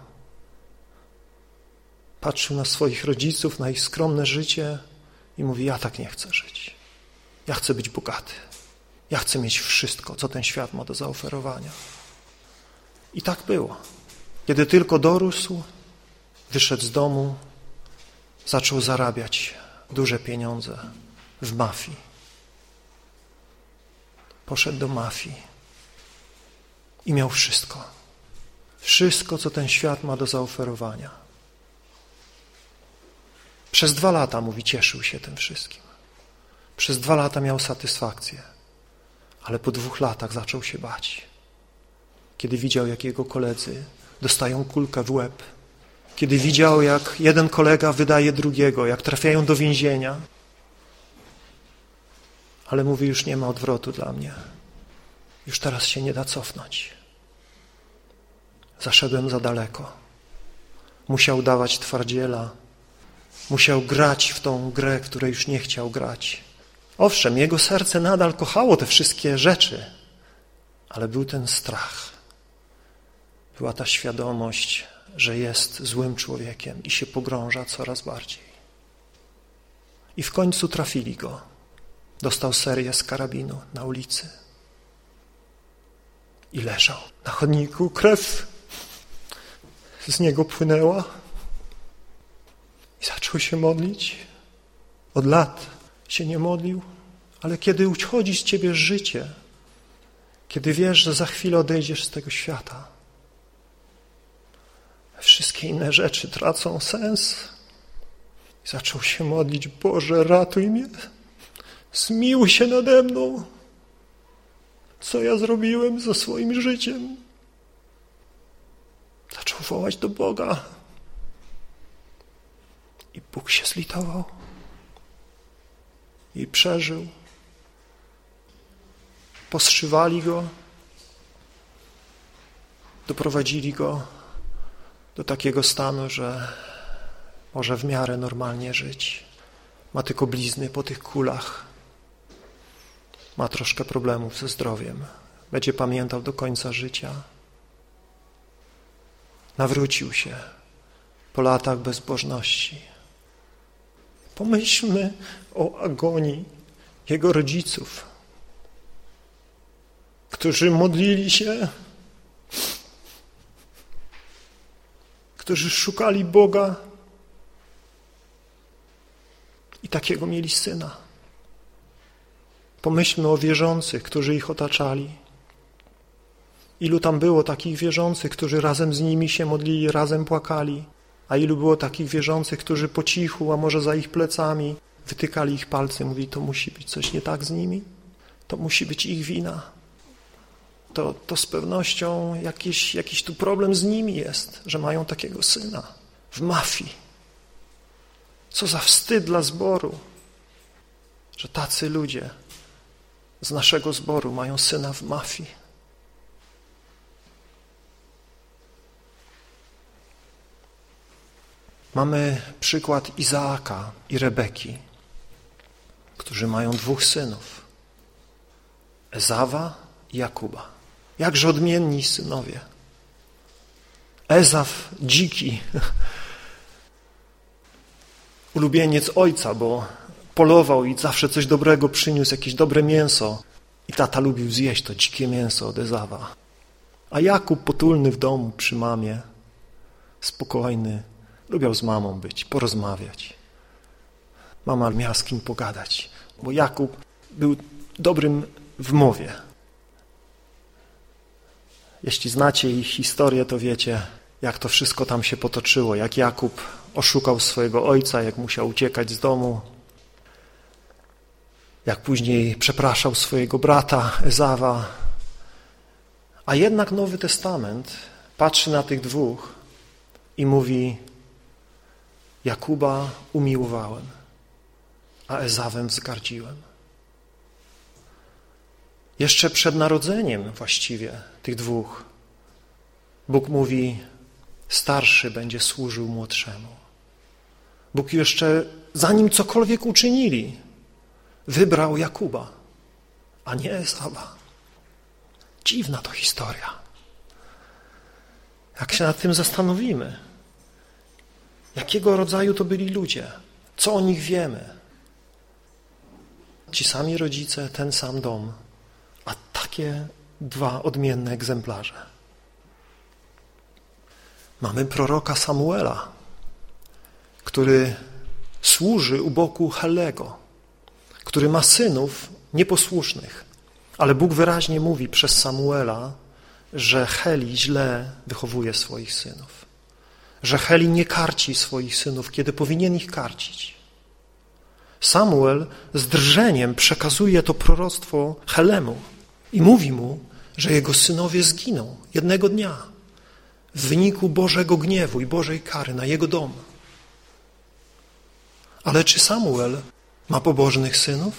Patrzył na swoich rodziców, na ich skromne życie i mówi, ja tak nie chcę żyć. Ja chcę być bogaty. Ja chcę mieć wszystko, co ten świat ma do zaoferowania. I tak było. Kiedy tylko dorósł, wyszedł z domu, zaczął zarabiać duże pieniądze w mafii. Poszedł do mafii i miał wszystko. Wszystko, co ten świat ma do zaoferowania. Przez 2 lata, mówi, cieszył się tym wszystkim. Przez 2 lata miał satysfakcję, ale po 2 latach zaczął się bać. Kiedy widział, jak jego koledzy dostają kulkę w łeb, kiedy widział, jak jeden kolega wydaje drugiego, jak trafiają do więzienia. Ale mówi, już nie ma odwrotu dla mnie. Już teraz się nie da cofnąć. Zaszedłem za daleko. Musiał dawać twardziela. Musiał grać w tą grę, której już nie chciał grać. Owszem, jego serce nadal kochało te wszystkie rzeczy, ale był ten strach. Była ta świadomość, że jest złym człowiekiem i się pogrąża coraz bardziej. I w końcu trafili go. Dostał serię z karabinu na ulicy. I leżał na chodniku. Krew z niego płynęła. I zaczął się modlić. Od lat się nie modlił, ale kiedy uchodzi z ciebie życie, kiedy wiesz, że za chwilę odejdziesz z tego świata, wszystkie inne rzeczy tracą sens. I zaczął się modlić, Boże, ratuj mnie, zmiłuj się nade mną. Co ja zrobiłem ze swoim życiem? Zaczął wołać do Boga. I Bóg się zlitował. I przeżył. Postrzywali go. Doprowadzili go do takiego stanu, że może w miarę normalnie żyć. Ma tylko blizny po tych kulach. Ma troszkę problemów ze zdrowiem. Będzie pamiętał do końca życia. Nawrócił się po latach bezbożności. Pomyślmy o agonii jego rodziców, którzy modlili się, którzy szukali Boga i takiego mieli syna. Pomyślmy o wierzących, którzy ich otaczali. Ilu tam było takich wierzących, którzy razem z nimi się modlili, razem płakali, a ilu było takich wierzących, którzy po cichu, a może za ich plecami, wytykali ich palce, mówili, to musi być coś nie tak z nimi, to musi być ich wina. To z pewnością jakiś tu problem z nimi jest, że mają takiego syna w mafii. Co za wstyd dla zboru, że tacy ludzie z naszego zboru mają syna w mafii. Mamy przykład Izaaka i Rebeki, którzy mają 2 synów, Ezawa i Jakuba. Jakże odmienni synowie. Ezaw dziki, ulubieniec ojca, bo polował i zawsze coś dobrego przyniósł, jakieś dobre mięso. I tata lubił zjeść to dzikie mięso od Ezawa. A Jakub potulny w domu przy mamie, spokojny, lubiał z mamą być, porozmawiać. Mama miała z kim pogadać, bo Jakub był dobrym w mowie. Jeśli znacie ich historię, to wiecie, jak to wszystko tam się potoczyło, jak Jakub oszukał swojego ojca, jak musiał uciekać z domu, jak później przepraszał swojego brata Ezawa. A jednak Nowy Testament patrzy na tych 2 i mówi, Jakuba umiłowałem, a Ezawem wzgardziłem. Jeszcze przed narodzeniem właściwie tych 2 Bóg mówi, starszy będzie służył młodszemu. Bóg jeszcze, zanim cokolwiek uczynili, wybrał Jakuba, a nie Ezawa. Dziwna to historia. Jak się nad tym zastanowimy, jakiego rodzaju to byli ludzie, co o nich wiemy. Ci sami rodzice, ten sam dom, a takie 2 odmienne egzemplarze. Mamy proroka Samuela, który służy u boku Helego, który ma synów nieposłusznych, ale Bóg wyraźnie mówi przez Samuela, że Heli źle wychowuje swoich synów, że Heli nie karci swoich synów, kiedy powinien ich karcić. Samuel z drżeniem przekazuje to proroctwo Helemu i mówi mu, że jego synowie zginą jednego dnia, w wyniku Bożego gniewu i Bożej kary na jego dom. Ale czy Samuel ma pobożnych synów?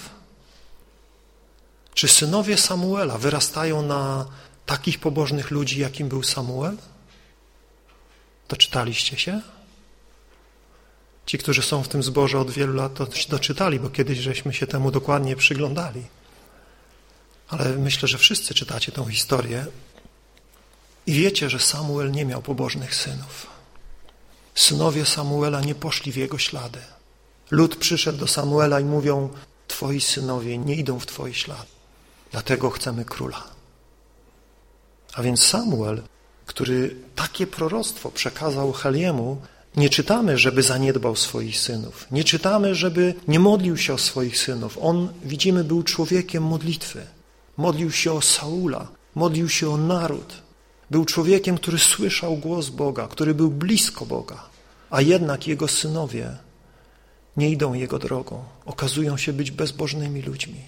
Czy synowie Samuela wyrastają na takich pobożnych ludzi, jakim był Samuel? Doczytaliście się? Ci, którzy są w tym zborze od wielu lat, to doczytali, bo kiedyś żeśmy się temu dokładnie przyglądali. Ale myślę, że wszyscy czytacie tą historię i wiecie, że Samuel nie miał pobożnych synów. Synowie Samuela nie poszli w jego ślady. Lud przyszedł do Samuela i mówią: twoi synowie nie idą w twoje ślady, dlatego chcemy króla. A więc Samuel, który takie proroctwo przekazał Heliemu, nie czytamy, żeby zaniedbał swoich synów. Nie czytamy, żeby nie modlił się o swoich synów. On, widzimy, był człowiekiem modlitwy. Modlił się o Saula, modlił się o naród. Był człowiekiem, który słyszał głos Boga, który był blisko Boga. A jednak jego synowie nie idą jego drogą. Okazują się być bezbożnymi ludźmi.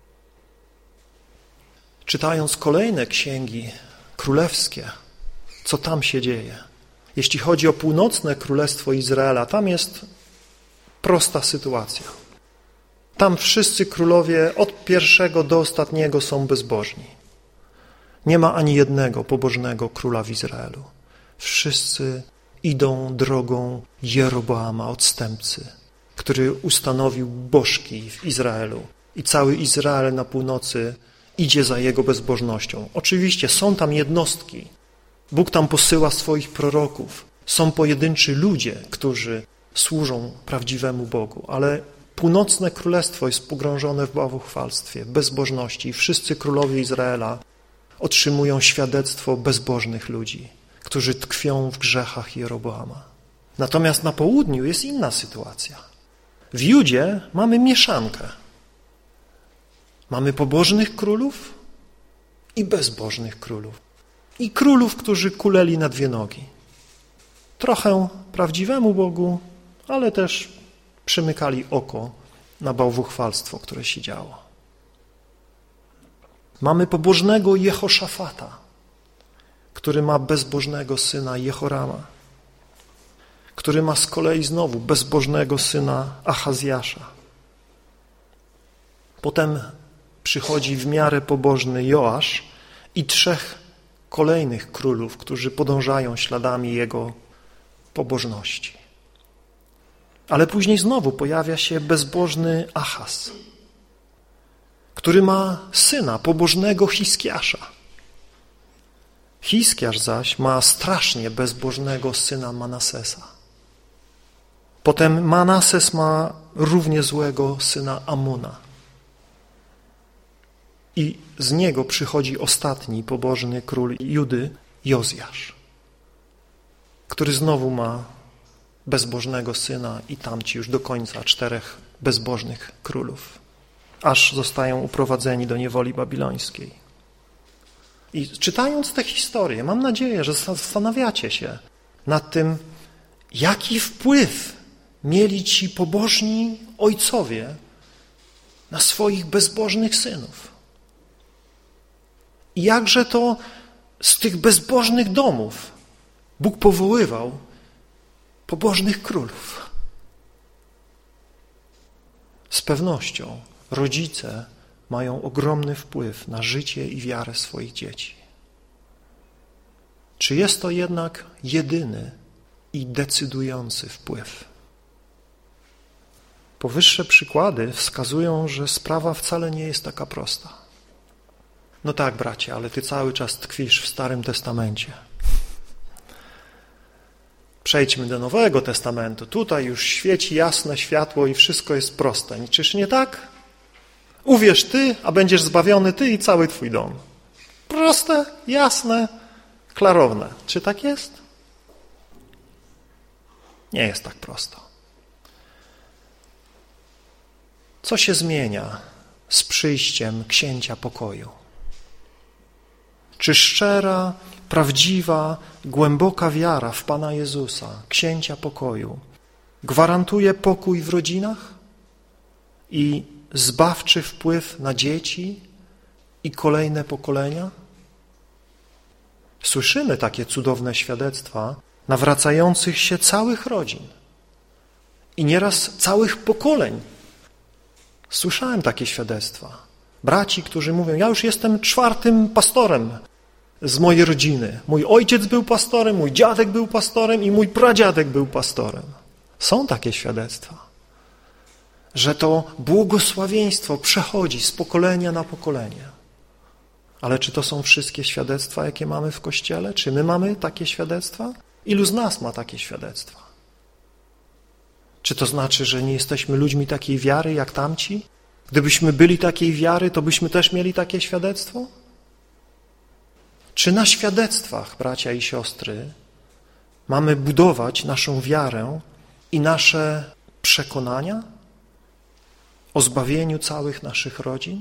Czytając kolejne księgi królewskie, co tam się dzieje? Jeśli chodzi o północne królestwo Izraela, tam jest prosta sytuacja. Tam wszyscy królowie od pierwszego do ostatniego są bezbożni. Nie ma ani jednego pobożnego króla w Izraelu. Wszyscy idą drogą Jeroboama, odstępcy, który ustanowił bożki w Izraelu. I cały Izrael na północy idzie za jego bezbożnością. Oczywiście są tam jednostki. Bóg tam posyła swoich proroków. Są pojedynczy ludzie, którzy służą prawdziwemu Bogu, ale północne królestwo jest pogrążone w bałwochwalstwie, bezbożności i wszyscy królowie Izraela otrzymują świadectwo bezbożnych ludzi, którzy tkwią w grzechach Jeroboama. Natomiast na południu jest inna sytuacja. W Judzie mamy mieszankę. Mamy pobożnych królów i bezbożnych królów. I królów, którzy kuleli na dwie nogi. Trochę prawdziwemu Bogu, ale też przymykali oko na bałwochwalstwo, które się działo. Mamy pobożnego Jehoszafata, który ma bezbożnego syna Jehorama, który ma z kolei znowu bezbożnego syna Achazjasza. Potem przychodzi w miarę pobożny Joasz i trzech kolejnych królów, którzy podążają śladami jego pobożności. Ale później znowu pojawia się bezbożny Achaz, który ma syna pobożnego Hiskiasza. Hiskiasz zaś ma strasznie bezbożnego syna Manasesa. Potem Manases ma równie złego syna Amona. I z niego przychodzi ostatni pobożny król Judy, Jozjasz, który znowu ma bezbożnego syna i tamci już do końca 4 bezbożnych królów, aż zostają uprowadzeni do niewoli babilońskiej. I czytając tę historię, mam nadzieję, że zastanawiacie się nad tym, jaki wpływ mieli ci pobożni ojcowie na swoich bezbożnych synów. I jakże to z tych bezbożnych domów Bóg powoływał pobożnych królów. Z pewnością rodzice mają ogromny wpływ na życie i wiarę swoich dzieci. Czy jest to jednak jedyny i decydujący wpływ? Powyższe przykłady wskazują, że sprawa wcale nie jest taka prosta. No tak, bracie, ale ty cały czas tkwisz w Starym Testamencie. Przejdźmy do Nowego Testamentu. Tutaj już świeci jasne światło i wszystko jest proste. Czyż nie tak? Uwierz ty, a będziesz zbawiony ty i cały twój dom. Proste, jasne, klarowne. Czy tak jest? Nie jest tak prosto. Co się zmienia z przyjściem Księcia Pokoju? Czy szczera, prawdziwa, głęboka wiara w Pana Jezusa, Księcia Pokoju, gwarantuje pokój w rodzinach i zbawczy wpływ na dzieci i kolejne pokolenia? Słyszymy takie cudowne świadectwa nawracających się całych rodzin i nieraz całych pokoleń. Słyszałem takie świadectwa. Braci, którzy mówią, ja już jestem 4. pastorem z mojej rodziny. Mój ojciec był pastorem, mój dziadek był pastorem i mój pradziadek był pastorem. Są takie świadectwa, że to błogosławieństwo przechodzi z pokolenia na pokolenie. Ale czy to są wszystkie świadectwa, jakie mamy w Kościele? Czy my mamy takie świadectwa? Ilu z nas ma takie świadectwa? Czy to znaczy, że nie jesteśmy ludźmi takiej wiary jak tamci? Gdybyśmy byli takiej wiary, to byśmy też mieli takie świadectwo? Czy na świadectwach, bracia i siostry, mamy budować naszą wiarę i nasze przekonania o zbawieniu całych naszych rodzin?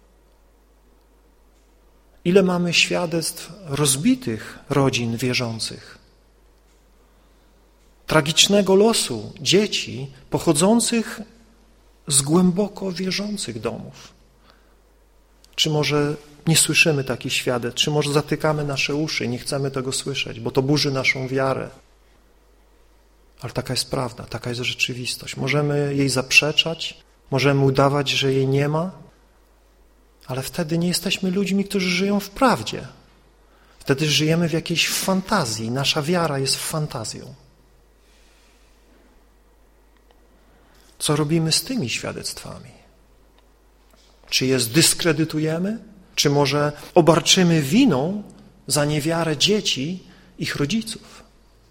Ile mamy świadectw rozbitych rodzin wierzących? Tragicznego losu dzieci pochodzących z głęboko wierzących domów. Czy może nie słyszymy takich świadectw, czy może zatykamy nasze uszy i nie chcemy tego słyszeć, bo to burzy naszą wiarę. Ale taka jest prawda, taka jest rzeczywistość. Możemy jej zaprzeczać, możemy udawać, że jej nie ma, ale wtedy nie jesteśmy ludźmi, którzy żyją w prawdzie. Wtedy żyjemy w jakiejś fantazji, nasza wiara jest fantazją. Co robimy z tymi świadectwami? Czy je zdyskredytujemy? Czy może obarczymy winą za niewiarę dzieci ich rodziców?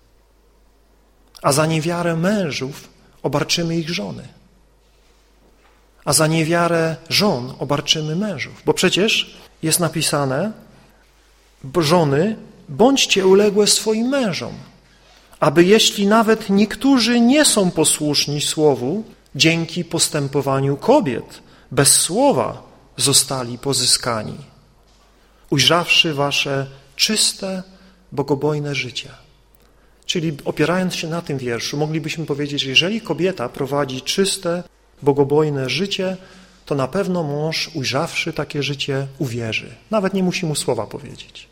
A za niewiarę mężów obarczymy ich żony? A za niewiarę żon obarczymy mężów? Bo przecież jest napisane, żony, bądźcie uległe swoim mężom, aby jeśli nawet niektórzy nie są posłuszni słowu, dzięki postępowaniu kobiet bez słowa zostali pozyskani, ujrzawszy wasze czyste, bogobojne życie. Czyli opierając się na tym wierszu, moglibyśmy powiedzieć, że jeżeli kobieta prowadzi czyste, bogobojne życie, to na pewno mąż, ujrzawszy takie życie, uwierzy. Nawet nie musi mu słowa powiedzieć.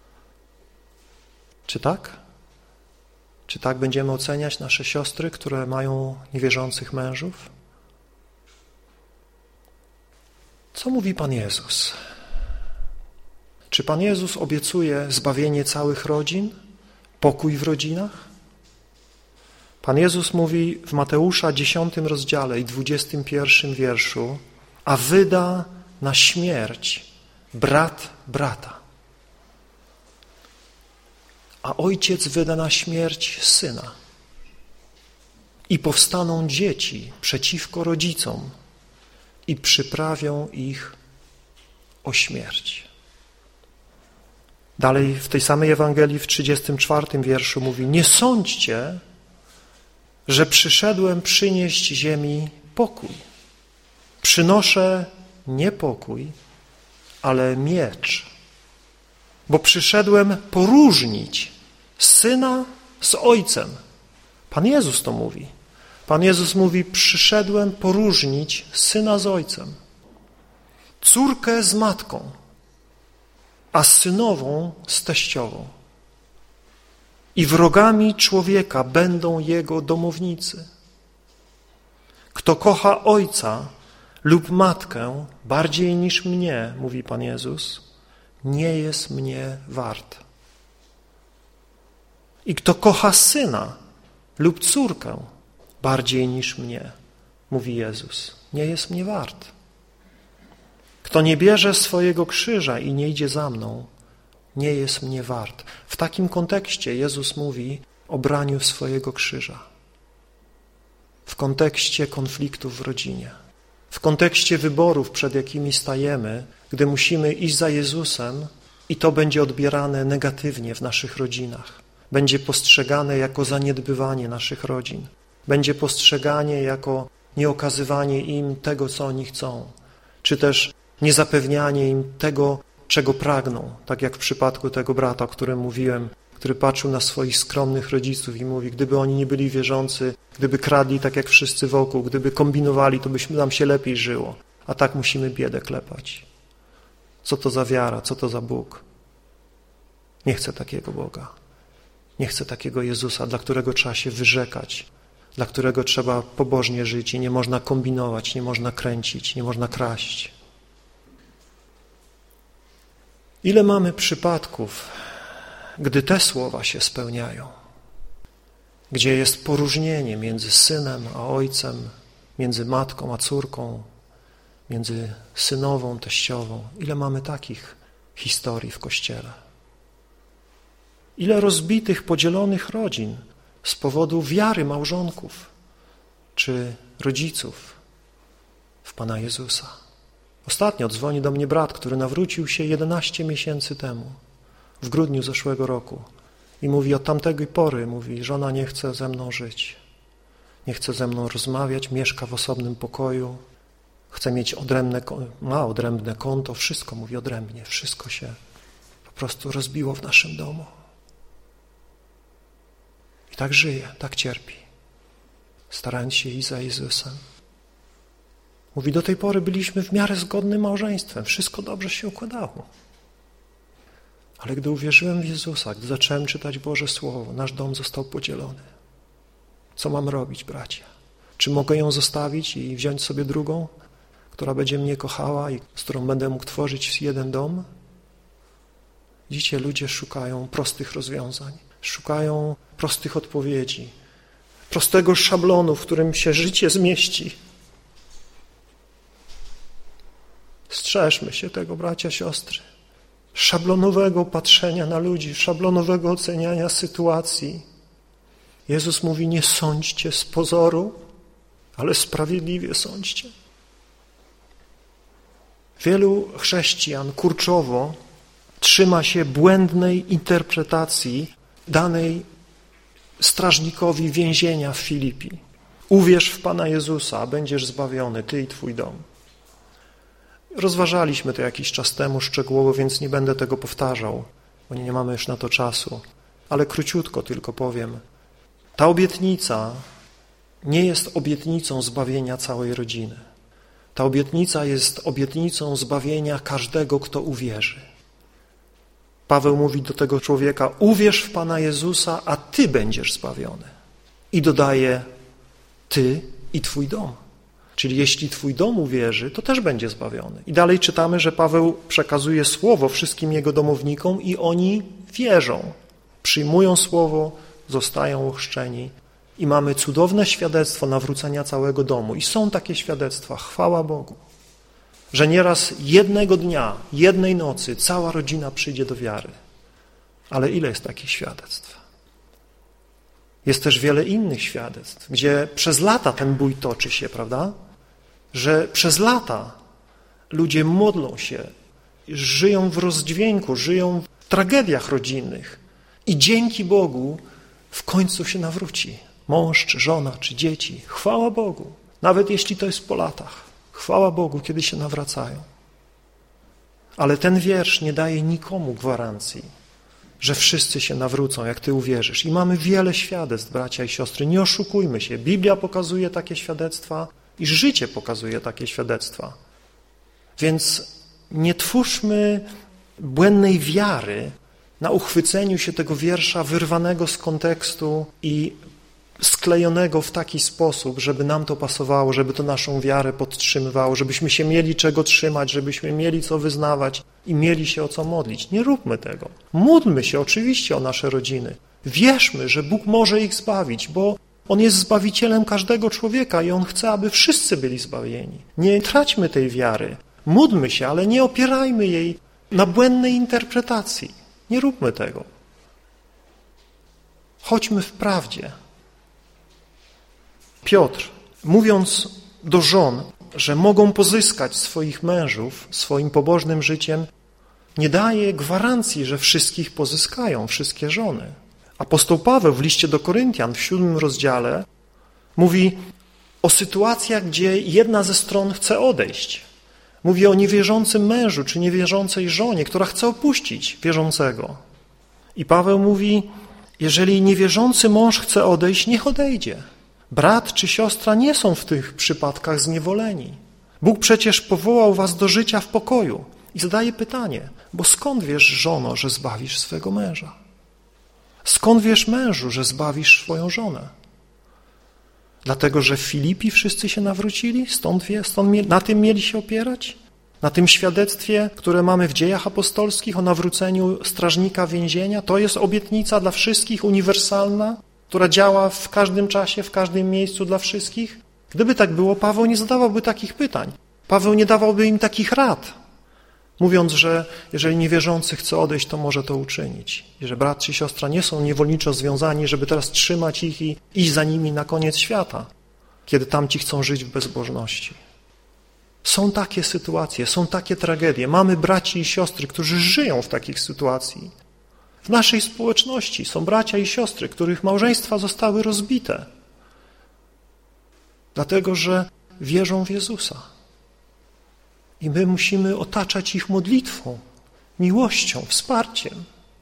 Czy tak? Czy tak będziemy oceniać nasze siostry, które mają niewierzących mężów? Co mówi Pan Jezus? Czy Pan Jezus obiecuje zbawienie całych rodzin, pokój w rodzinach? Pan Jezus mówi w Mateusza 10 rozdziale i 21 wierszu, a wyda na śmierć brat brata, a ojciec wyda na śmierć syna i powstaną dzieci przeciwko rodzicom i przyprawią ich o śmierć. Dalej w tej samej Ewangelii w 34 wierszu mówi, nie sądźcie, że przyszedłem przynieść ziemi pokój. Przynoszę nie pokój, ale miecz, bo przyszedłem poróżnić syna z ojcem. Pan Jezus to mówi. Pan Jezus mówi, przyszedłem poróżnić syna z ojcem, córkę z matką, a synową z teściową. I wrogami człowieka będą jego domownicy. Kto kocha ojca lub matkę bardziej niż mnie, mówi Pan Jezus, nie jest mnie wart. I kto kocha syna lub córkę bardziej niż mnie, mówi Jezus, nie jest mnie wart. Kto nie bierze swojego krzyża i nie idzie za mną, nie jest mnie wart. W takim kontekście Jezus mówi o braniu swojego krzyża. W kontekście konfliktów w rodzinie. W kontekście wyborów, przed jakimi stajemy, gdy musimy iść za Jezusem i to będzie odbierane negatywnie w naszych rodzinach. Będzie postrzegane jako zaniedbywanie naszych rodzin. Będzie postrzegane jako nieokazywanie im tego, co oni chcą. Czy też niezapewnianie im tego, czego pragną. Tak jak w przypadku tego brata, o którym mówiłem, który patrzył na swoich skromnych rodziców i mówi, gdyby oni nie byli wierzący, gdyby kradli tak jak wszyscy wokół, gdyby kombinowali, to byśmy nam się lepiej żyło. A tak musimy biedę klepać. Co to za wiara, co to za Bóg? Nie chcę takiego Boga. Nie chcę takiego Jezusa, dla którego trzeba się wyrzekać, dla którego trzeba pobożnie żyć i nie można kombinować, nie można kręcić, nie można kraść. Ile mamy przypadków, gdy te słowa się spełniają, gdzie jest poróżnienie między synem a ojcem, między matką a córką, między synową, teściową. Ile mamy takich historii w Kościele? Ile rozbitych, podzielonych rodzin z powodu wiary małżonków czy rodziców w Pana Jezusa. Ostatnio dzwoni do mnie brat, który nawrócił się 11 miesięcy temu, w grudniu zeszłego roku i mówi, od tamtej pory, mówi, żona nie chce ze mną żyć, nie chce ze mną rozmawiać, mieszka w osobnym pokoju, chce mieć ma odrębne konto, wszystko, mówi odrębnie, wszystko się po prostu rozbiło w naszym domu. I tak żyje, tak cierpi, starając się iść za Jezusem. Mówi, do tej pory byliśmy w miarę zgodnym małżeństwem, wszystko dobrze się układało. Ale gdy uwierzyłem w Jezusa, gdy zacząłem czytać Boże Słowo, nasz dom został podzielony. Co mam robić, bracia? Czy mogę ją zostawić i wziąć sobie drugą, która będzie mnie kochała i z którą będę mógł tworzyć jeden dom? Widzicie, ludzie szukają prostych rozwiązań, szukają prostych odpowiedzi, prostego szablonu, w którym się życie zmieści. Strzeżmy się tego, bracia, siostry, szablonowego patrzenia na ludzi, szablonowego oceniania sytuacji. Jezus mówi, nie sądźcie z pozoru, ale sprawiedliwie sądźcie. Wielu chrześcijan kurczowo trzyma się błędnej interpretacji danej strażnikowi więzienia w Filipi. Uwierz w Pana Jezusa, a będziesz zbawiony, ty i twój dom. Rozważaliśmy to jakiś czas temu szczegółowo, więc nie będę tego powtarzał, bo nie mamy już na to czasu. Ale króciutko tylko powiem. Ta obietnica nie jest obietnicą zbawienia całej rodziny. Ta obietnica jest obietnicą zbawienia każdego, kto uwierzy. Paweł mówi do tego człowieka, uwierz w Pana Jezusa, a ty będziesz zbawiony. I dodaje, ty i twój dom. Czyli jeśli twój dom uwierzy, to też będzie zbawiony. I dalej czytamy, że Paweł przekazuje słowo wszystkim jego domownikom i oni wierzą. Przyjmują słowo, zostają ochrzczeni i mamy cudowne świadectwo nawrócenia całego domu. I są takie świadectwa, chwała Bogu, że nieraz jednego dnia, jednej nocy cała rodzina przyjdzie do wiary. Ale ile jest takich świadectw? Jest też wiele innych świadectw, gdzie przez lata ten bój toczy się, prawda? Że przez lata ludzie modlą się, żyją w rozdźwięku, żyją w tragediach rodzinnych i dzięki Bogu w końcu się nawróci. Mąż, czy żona, czy dzieci. Chwała Bogu. Nawet jeśli to jest po latach. Chwała Bogu, kiedy się nawracają. Ale ten wiersz nie daje nikomu gwarancji, że wszyscy się nawrócą, jak ty uwierzysz. I mamy wiele świadectw, bracia i siostry. Nie oszukujmy się. Biblia pokazuje takie świadectwa i życie pokazuje takie świadectwa. Więc nie twórzmy błędnej wiary na uchwyceniu się tego wiersza wyrwanego z kontekstu i sklejonego w taki sposób, żeby nam to pasowało, żeby to naszą wiarę podtrzymywało, żebyśmy się mieli czego trzymać, żebyśmy mieli co wyznawać i mieli się o co modlić. Nie róbmy tego. Módlmy się oczywiście o nasze rodziny. Wierzmy, że Bóg może ich zbawić, bo On jest Zbawicielem każdego człowieka i On chce, aby wszyscy byli zbawieni. Nie traćmy tej wiary. Módlmy się, ale nie opierajmy jej na błędnej interpretacji. Nie róbmy tego. Chodźmy w prawdzie. Piotr, mówiąc do żon, że mogą pozyskać swoich mężów swoim pobożnym życiem, nie daje gwarancji, że wszystkich pozyskają, wszystkie żony. Apostoł Paweł w liście do Koryntian w 7 rozdziale mówi o sytuacjach, gdzie jedna ze stron chce odejść. Mówi o niewierzącym mężu czy niewierzącej żonie, która chce opuścić wierzącego. I Paweł mówi, jeżeli niewierzący mąż chce odejść, niech odejdzie. Brat czy siostra nie są w tych przypadkach zniewoleni. Bóg przecież powołał was do życia w pokoju. I zadaje pytanie, Bo skąd wiesz, żono, że zbawisz swego męża? Skąd wiesz, mężu, że zbawisz swoją żonę? Dlatego, że w Filipi wszyscy się nawrócili? Na tym mieli się opierać? Na tym świadectwie, które mamy w Dziejach Apostolskich o nawróceniu strażnika więzienia? To jest obietnica dla wszystkich, uniwersalna, która działa w każdym czasie, w każdym miejscu dla wszystkich? Gdyby tak było, Paweł nie zadawałby takich pytań. Paweł nie dawałby im takich rad, mówiąc, że jeżeli niewierzący chce odejść, to może to uczynić. I że brat czy siostra nie są niewolniczo związani, żeby teraz trzymać ich i iść za nimi na koniec świata, kiedy tamci chcą żyć w bezbożności. Są takie sytuacje, są takie tragedie. Mamy braci i siostry, którzy żyją w takich sytuacji. W naszej społeczności są bracia i siostry, których małżeństwa zostały rozbite, dlatego że wierzą w Jezusa. I my musimy otaczać ich modlitwą, miłością, wsparciem.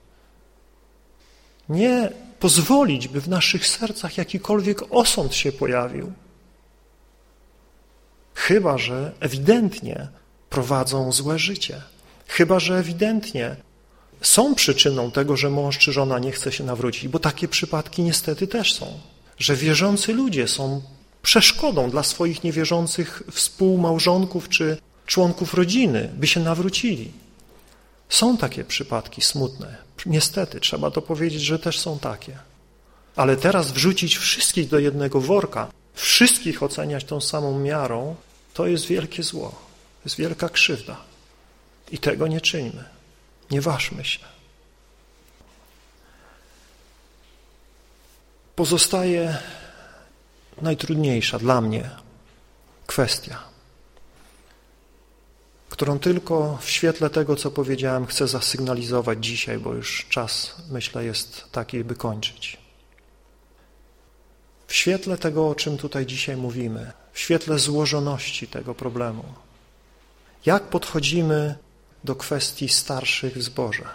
Nie pozwolić, by w naszych sercach jakikolwiek osąd się pojawił. Chyba że ewidentnie prowadzą złe życie. Chyba że ewidentnie są przyczyną tego, że mąż czy żona nie chce się nawrócić, bo takie przypadki niestety też są. Że wierzący ludzie są przeszkodą dla swoich niewierzących współmałżonków czy członków rodziny, by się nawrócili. Są takie przypadki smutne. Niestety, trzeba to powiedzieć, że też są takie. Ale teraz wrzucić wszystkich do jednego worka, wszystkich oceniać tą samą miarą, to jest wielkie zło. To jest wielka krzywda. I tego nie czyńmy. Nie ważmy się. Pozostaje najtrudniejsza dla mnie kwestia, którą tylko w świetle tego, co powiedziałem, chcę zasygnalizować dzisiaj, bo już czas, myślę, jest taki, by kończyć. W świetle tego, o czym tutaj dzisiaj mówimy, w świetle złożoności tego problemu, jak podchodzimy do kwestii starszych w zborze?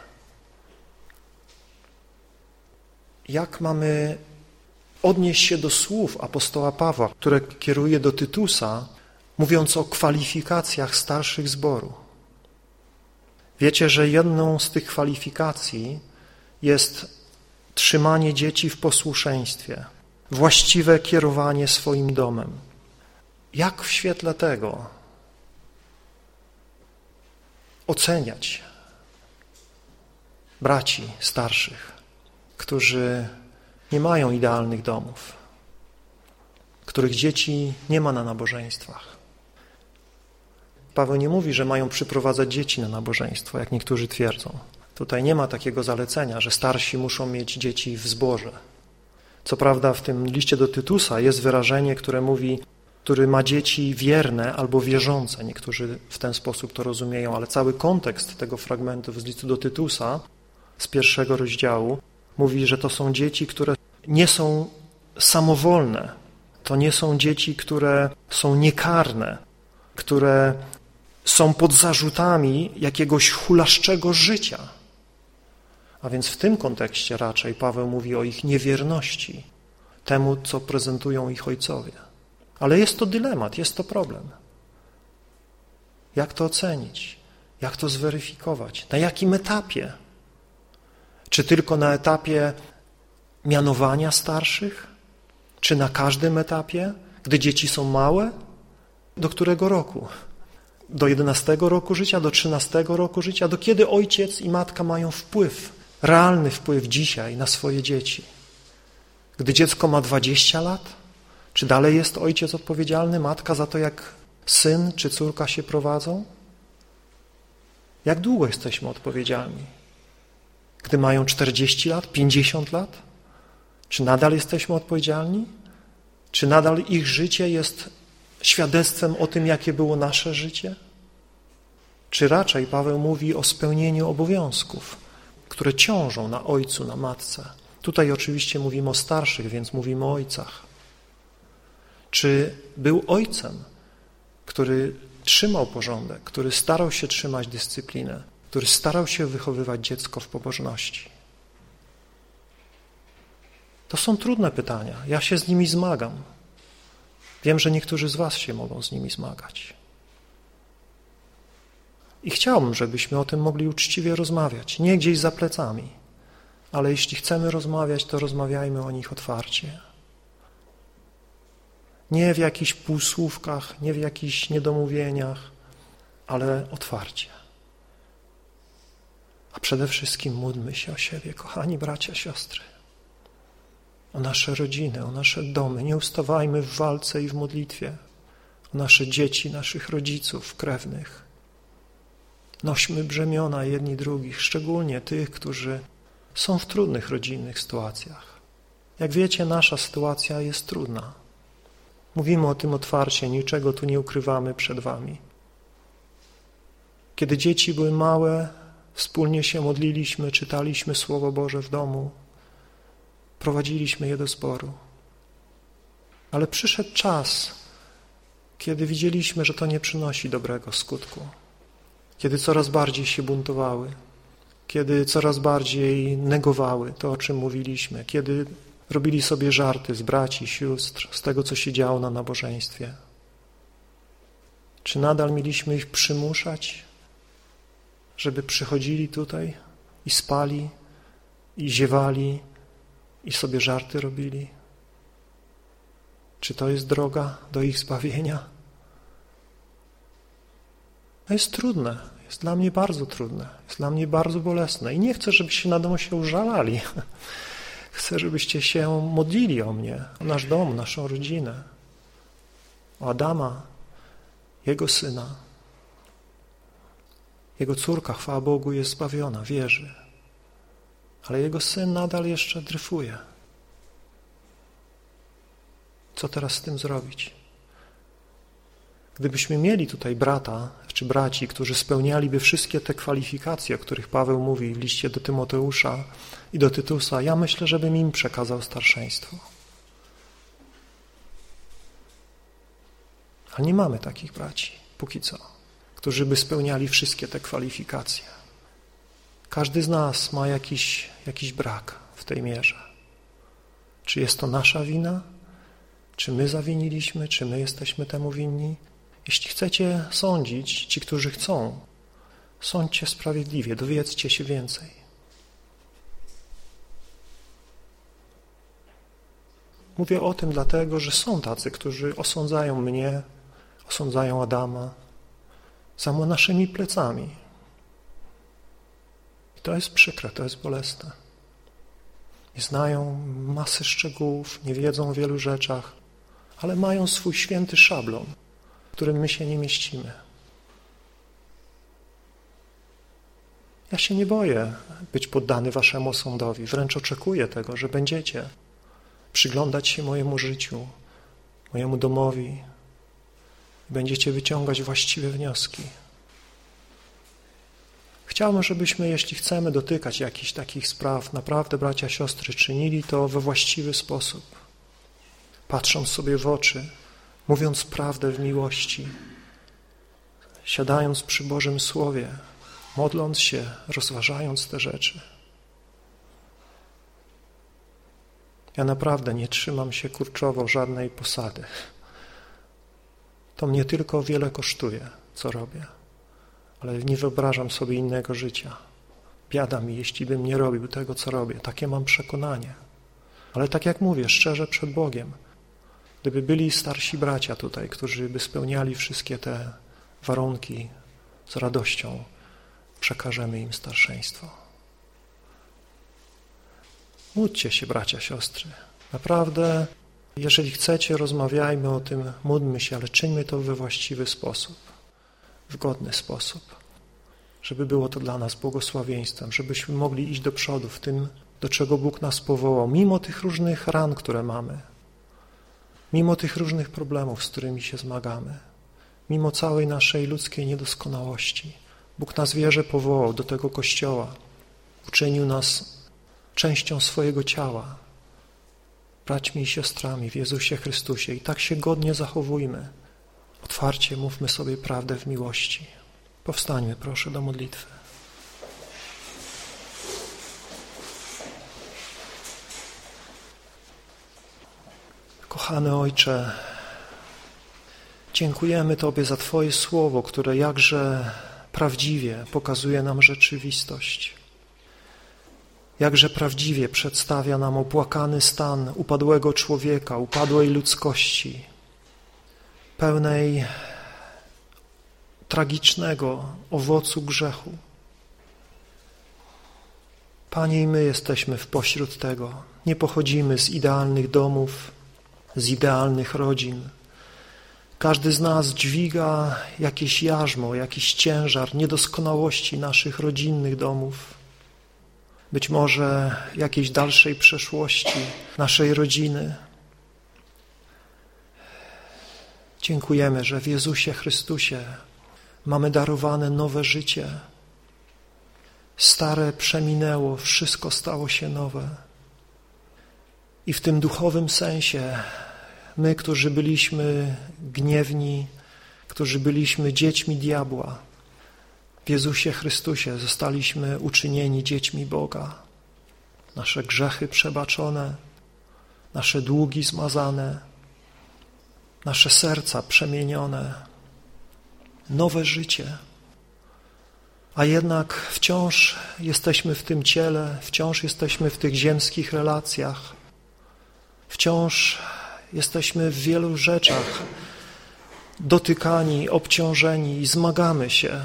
Jak mamy odnieść się do słów apostoła Pawła, które kieruje do Tytusa, mówiąc o kwalifikacjach starszych zboru? Wiecie, że jedną z tych kwalifikacji jest trzymanie dzieci w posłuszeństwie, właściwe kierowanie swoim domem. Jak w świetle tego oceniać braci starszych, którzy nie mają idealnych domów, których dzieci nie ma na nabożeństwach? Paweł nie mówi, że mają przyprowadzać dzieci na nabożeństwo, jak niektórzy twierdzą. Tutaj nie ma takiego zalecenia, że starsi muszą mieć dzieci w zborze. Co prawda w tym liście do Tytusa jest wyrażenie, które mówi, który ma dzieci wierne albo wierzące. Niektórzy w ten sposób to rozumieją, ale cały kontekst tego fragmentu z listu do Tytusa z 1 rozdziału mówi, że to są dzieci, które nie są samowolne. To nie są dzieci, które są niekarne, które są pod zarzutami jakiegoś hulaszczego życia. A więc w tym kontekście raczej Paweł mówi o ich niewierności temu, co prezentują ich ojcowie. Ale jest to dylemat, jest to problem. Jak to ocenić? Jak to zweryfikować? Na jakim etapie? Czy tylko na etapie mianowania starszych? Czy na każdym etapie, gdy dzieci są małe? Do którego roku? Do 11 roku życia, do 13 roku życia? Do kiedy ojciec i matka mają wpływ, realny wpływ dzisiaj na swoje dzieci? Gdy dziecko ma 20 lat? Czy dalej jest ojciec odpowiedzialny, matka za to, jak syn czy córka się prowadzą? Jak długo jesteśmy odpowiedzialni? Gdy mają 40 lat, 50 lat? Czy nadal jesteśmy odpowiedzialni? Czy nadal ich życie jest świadectwem o tym, jakie było nasze życie? Czy raczej Paweł mówi o spełnieniu obowiązków, które ciążą na ojcu, na matce? Tutaj oczywiście mówimy o starszych, więc mówimy o ojcach. Czy był ojcem, który trzymał porządek, który starał się trzymać dyscyplinę, który starał się wychowywać dziecko w pobożności? To są trudne pytania. Ja się z nimi zmagam. Wiem, że niektórzy z was się mogą z nimi zmagać. I chciałbym, żebyśmy o tym mogli uczciwie rozmawiać, nie gdzieś za plecami, ale jeśli chcemy rozmawiać, to rozmawiajmy o nich otwarcie. Nie w jakichś półsłówkach, nie w jakichś niedomówieniach, ale otwarcie. A przede wszystkim módlmy się o siebie, kochani bracia, siostry, o nasze rodziny, o nasze domy. Nie ustawajmy w walce i w modlitwie o nasze dzieci, naszych rodziców, krewnych. Nośmy brzemiona jedni drugich, szczególnie tych, którzy są w trudnych rodzinnych sytuacjach. Jak wiecie, nasza sytuacja jest trudna. Mówimy o tym otwarcie, niczego tu nie ukrywamy przed wami. Kiedy dzieci były małe, wspólnie się modliliśmy, czytaliśmy Słowo Boże w domu, prowadziliśmy je do zboru. Ale przyszedł czas, kiedy widzieliśmy, że to nie przynosi dobrego skutku. Kiedy coraz bardziej się buntowały, kiedy coraz bardziej negowały to, o czym mówiliśmy, kiedy robili sobie żarty z braci, sióstr, z tego, co się działo na nabożeństwie. Czy nadal mieliśmy ich przymuszać, żeby przychodzili tutaj i spali, i ziewali, i sobie żarty robili? Czy to jest droga do ich zbawienia? To jest trudne, jest dla mnie bardzo trudne, jest dla mnie bardzo bolesne i nie chcę, żebyście nade mną się użalali. Chcę, żebyście się modlili o mnie, o nasz dom, naszą rodzinę, o Adama, jego syna. Jego córka, chwała Bogu, jest zbawiona, wierzy, ale jego syn nadal jeszcze dryfuje. Co teraz z tym zrobić? Gdybyśmy mieli tutaj brata czy braci, którzy spełnialiby wszystkie te kwalifikacje, o których Paweł mówi w liście do Tymoteusza i do Tytusa, ja myślę, żebym im przekazał starszeństwo. Ale nie mamy takich braci, póki co, którzy by spełniali wszystkie te kwalifikacje. Każdy z nas ma jakiś brak w tej mierze. Czy jest to nasza wina? Czy my zawiniliśmy? Czy my jesteśmy temu winni? Jeśli chcecie sądzić, ci, którzy chcą, sądźcie sprawiedliwie, dowiedzcie się więcej. Mówię o tym dlatego, że są tacy, którzy osądzają mnie, osądzają Adama za naszymi plecami. I to jest przykre, to jest bolesne. Nie znają masy szczegółów, nie wiedzą o wielu rzeczach, ale mają swój święty szablon, w którym my się nie mieścimy. Ja się nie boję być poddany waszemu sądowi, wręcz oczekuję tego, że będziecie przyglądać się mojemu życiu, mojemu domowi, będziecie wyciągać właściwe wnioski. Chciałbym, żebyśmy, jeśli chcemy dotykać jakichś takich spraw, naprawdę, bracia, siostry, czynili to we właściwy sposób, patrząc sobie w oczy, mówiąc prawdę w miłości, siadając przy Bożym Słowie, modląc się, rozważając te rzeczy. Ja naprawdę nie trzymam się kurczowo żadnej posady. To mnie tylko wiele kosztuje, co robię, ale nie wyobrażam sobie innego życia. Biada mi, jeśli bym nie robił tego, co robię. Takie mam przekonanie. Ale tak jak mówię, szczerze przed Bogiem, gdyby byli starsi bracia tutaj, którzy by spełniali wszystkie te warunki, z radością przekażemy im starszeństwo. Módlcie się, bracia, siostry. Naprawdę, jeżeli chcecie, rozmawiajmy o tym, módlmy się, ale czyńmy to we właściwy sposób, w godny sposób, żeby było to dla nas błogosławieństwem, żebyśmy mogli iść do przodu w tym, do czego Bóg nas powołał, mimo tych różnych ran, które mamy, mimo tych różnych problemów, z którymi się zmagamy, mimo całej naszej ludzkiej niedoskonałości. Bóg nas wierze powołał do tego Kościoła, uczynił nas częścią swojego ciała, braćmi i siostrami w Jezusie Chrystusie i tak się godnie zachowujmy. Otwarcie mówmy sobie prawdę w miłości. Powstańmy, proszę, do modlitwy. Kochany Ojcze, dziękujemy Tobie za Twoje słowo, które jakże prawdziwie pokazuje nam rzeczywistość. Jakże prawdziwie przedstawia nam opłakany stan upadłego człowieka, upadłej ludzkości, pełnej tragicznego owocu grzechu. Panie, i my jesteśmy pośród tego. Nie pochodzimy z idealnych domów, z idealnych rodzin. Każdy z nas dźwiga jakieś jarzmo, jakiś ciężar niedoskonałości naszych rodzinnych domów. Być może jakiejś dalszej przeszłości naszej rodziny. Dziękujemy, że w Jezusie Chrystusie mamy darowane nowe życie. Stare przeminęło, wszystko stało się nowe. I w tym duchowym sensie my, którzy byliśmy gniewni, którzy byliśmy dziećmi diabła, w Jezusie Chrystusie zostaliśmy uczynieni dziećmi Boga. Nasze grzechy przebaczone, nasze długi zmazane, nasze serca przemienione, nowe życie. A jednak wciąż jesteśmy w tym ciele, wciąż jesteśmy w tych ziemskich relacjach, wciąż jesteśmy w wielu rzeczach dotykani, obciążeni i zmagamy się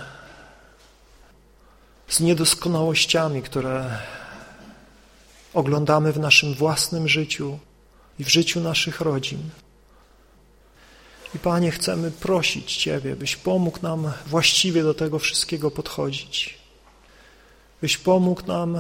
z niedoskonałościami, które oglądamy w naszym własnym życiu i w życiu naszych rodzin. I Panie, chcemy prosić Ciebie, byś pomógł nam właściwie do tego wszystkiego podchodzić. Byś pomógł nam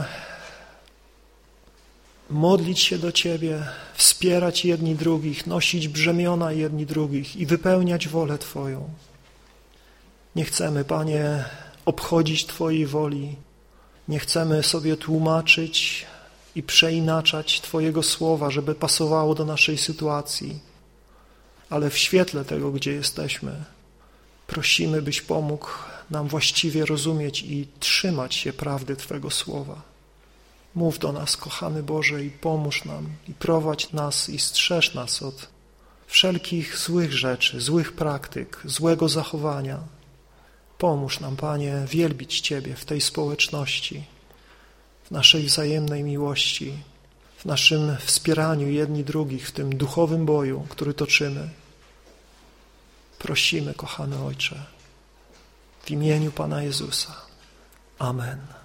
modlić się do Ciebie, wspierać jedni drugich, nosić brzemiona jedni drugich i wypełniać wolę Twoją. Nie chcemy, Panie, obchodzić Twojej woli. Nie chcemy sobie tłumaczyć i przeinaczać Twojego słowa, żeby pasowało do naszej sytuacji. Ale w świetle tego, gdzie jesteśmy, prosimy, byś pomógł nam właściwie rozumieć i trzymać się prawdy Twego słowa. Mów do nas, kochany Boże, i pomóż nam, i prowadź nas, i strzeż nas od wszelkich złych rzeczy, złych praktyk, złego zachowania. Pomóż nam, Panie, wielbić Ciebie w tej społeczności, w naszej wzajemnej miłości, w naszym wspieraniu jedni drugich w tym duchowym boju, który toczymy. Prosimy, kochany Ojcze, w imieniu Pana Jezusa. Amen.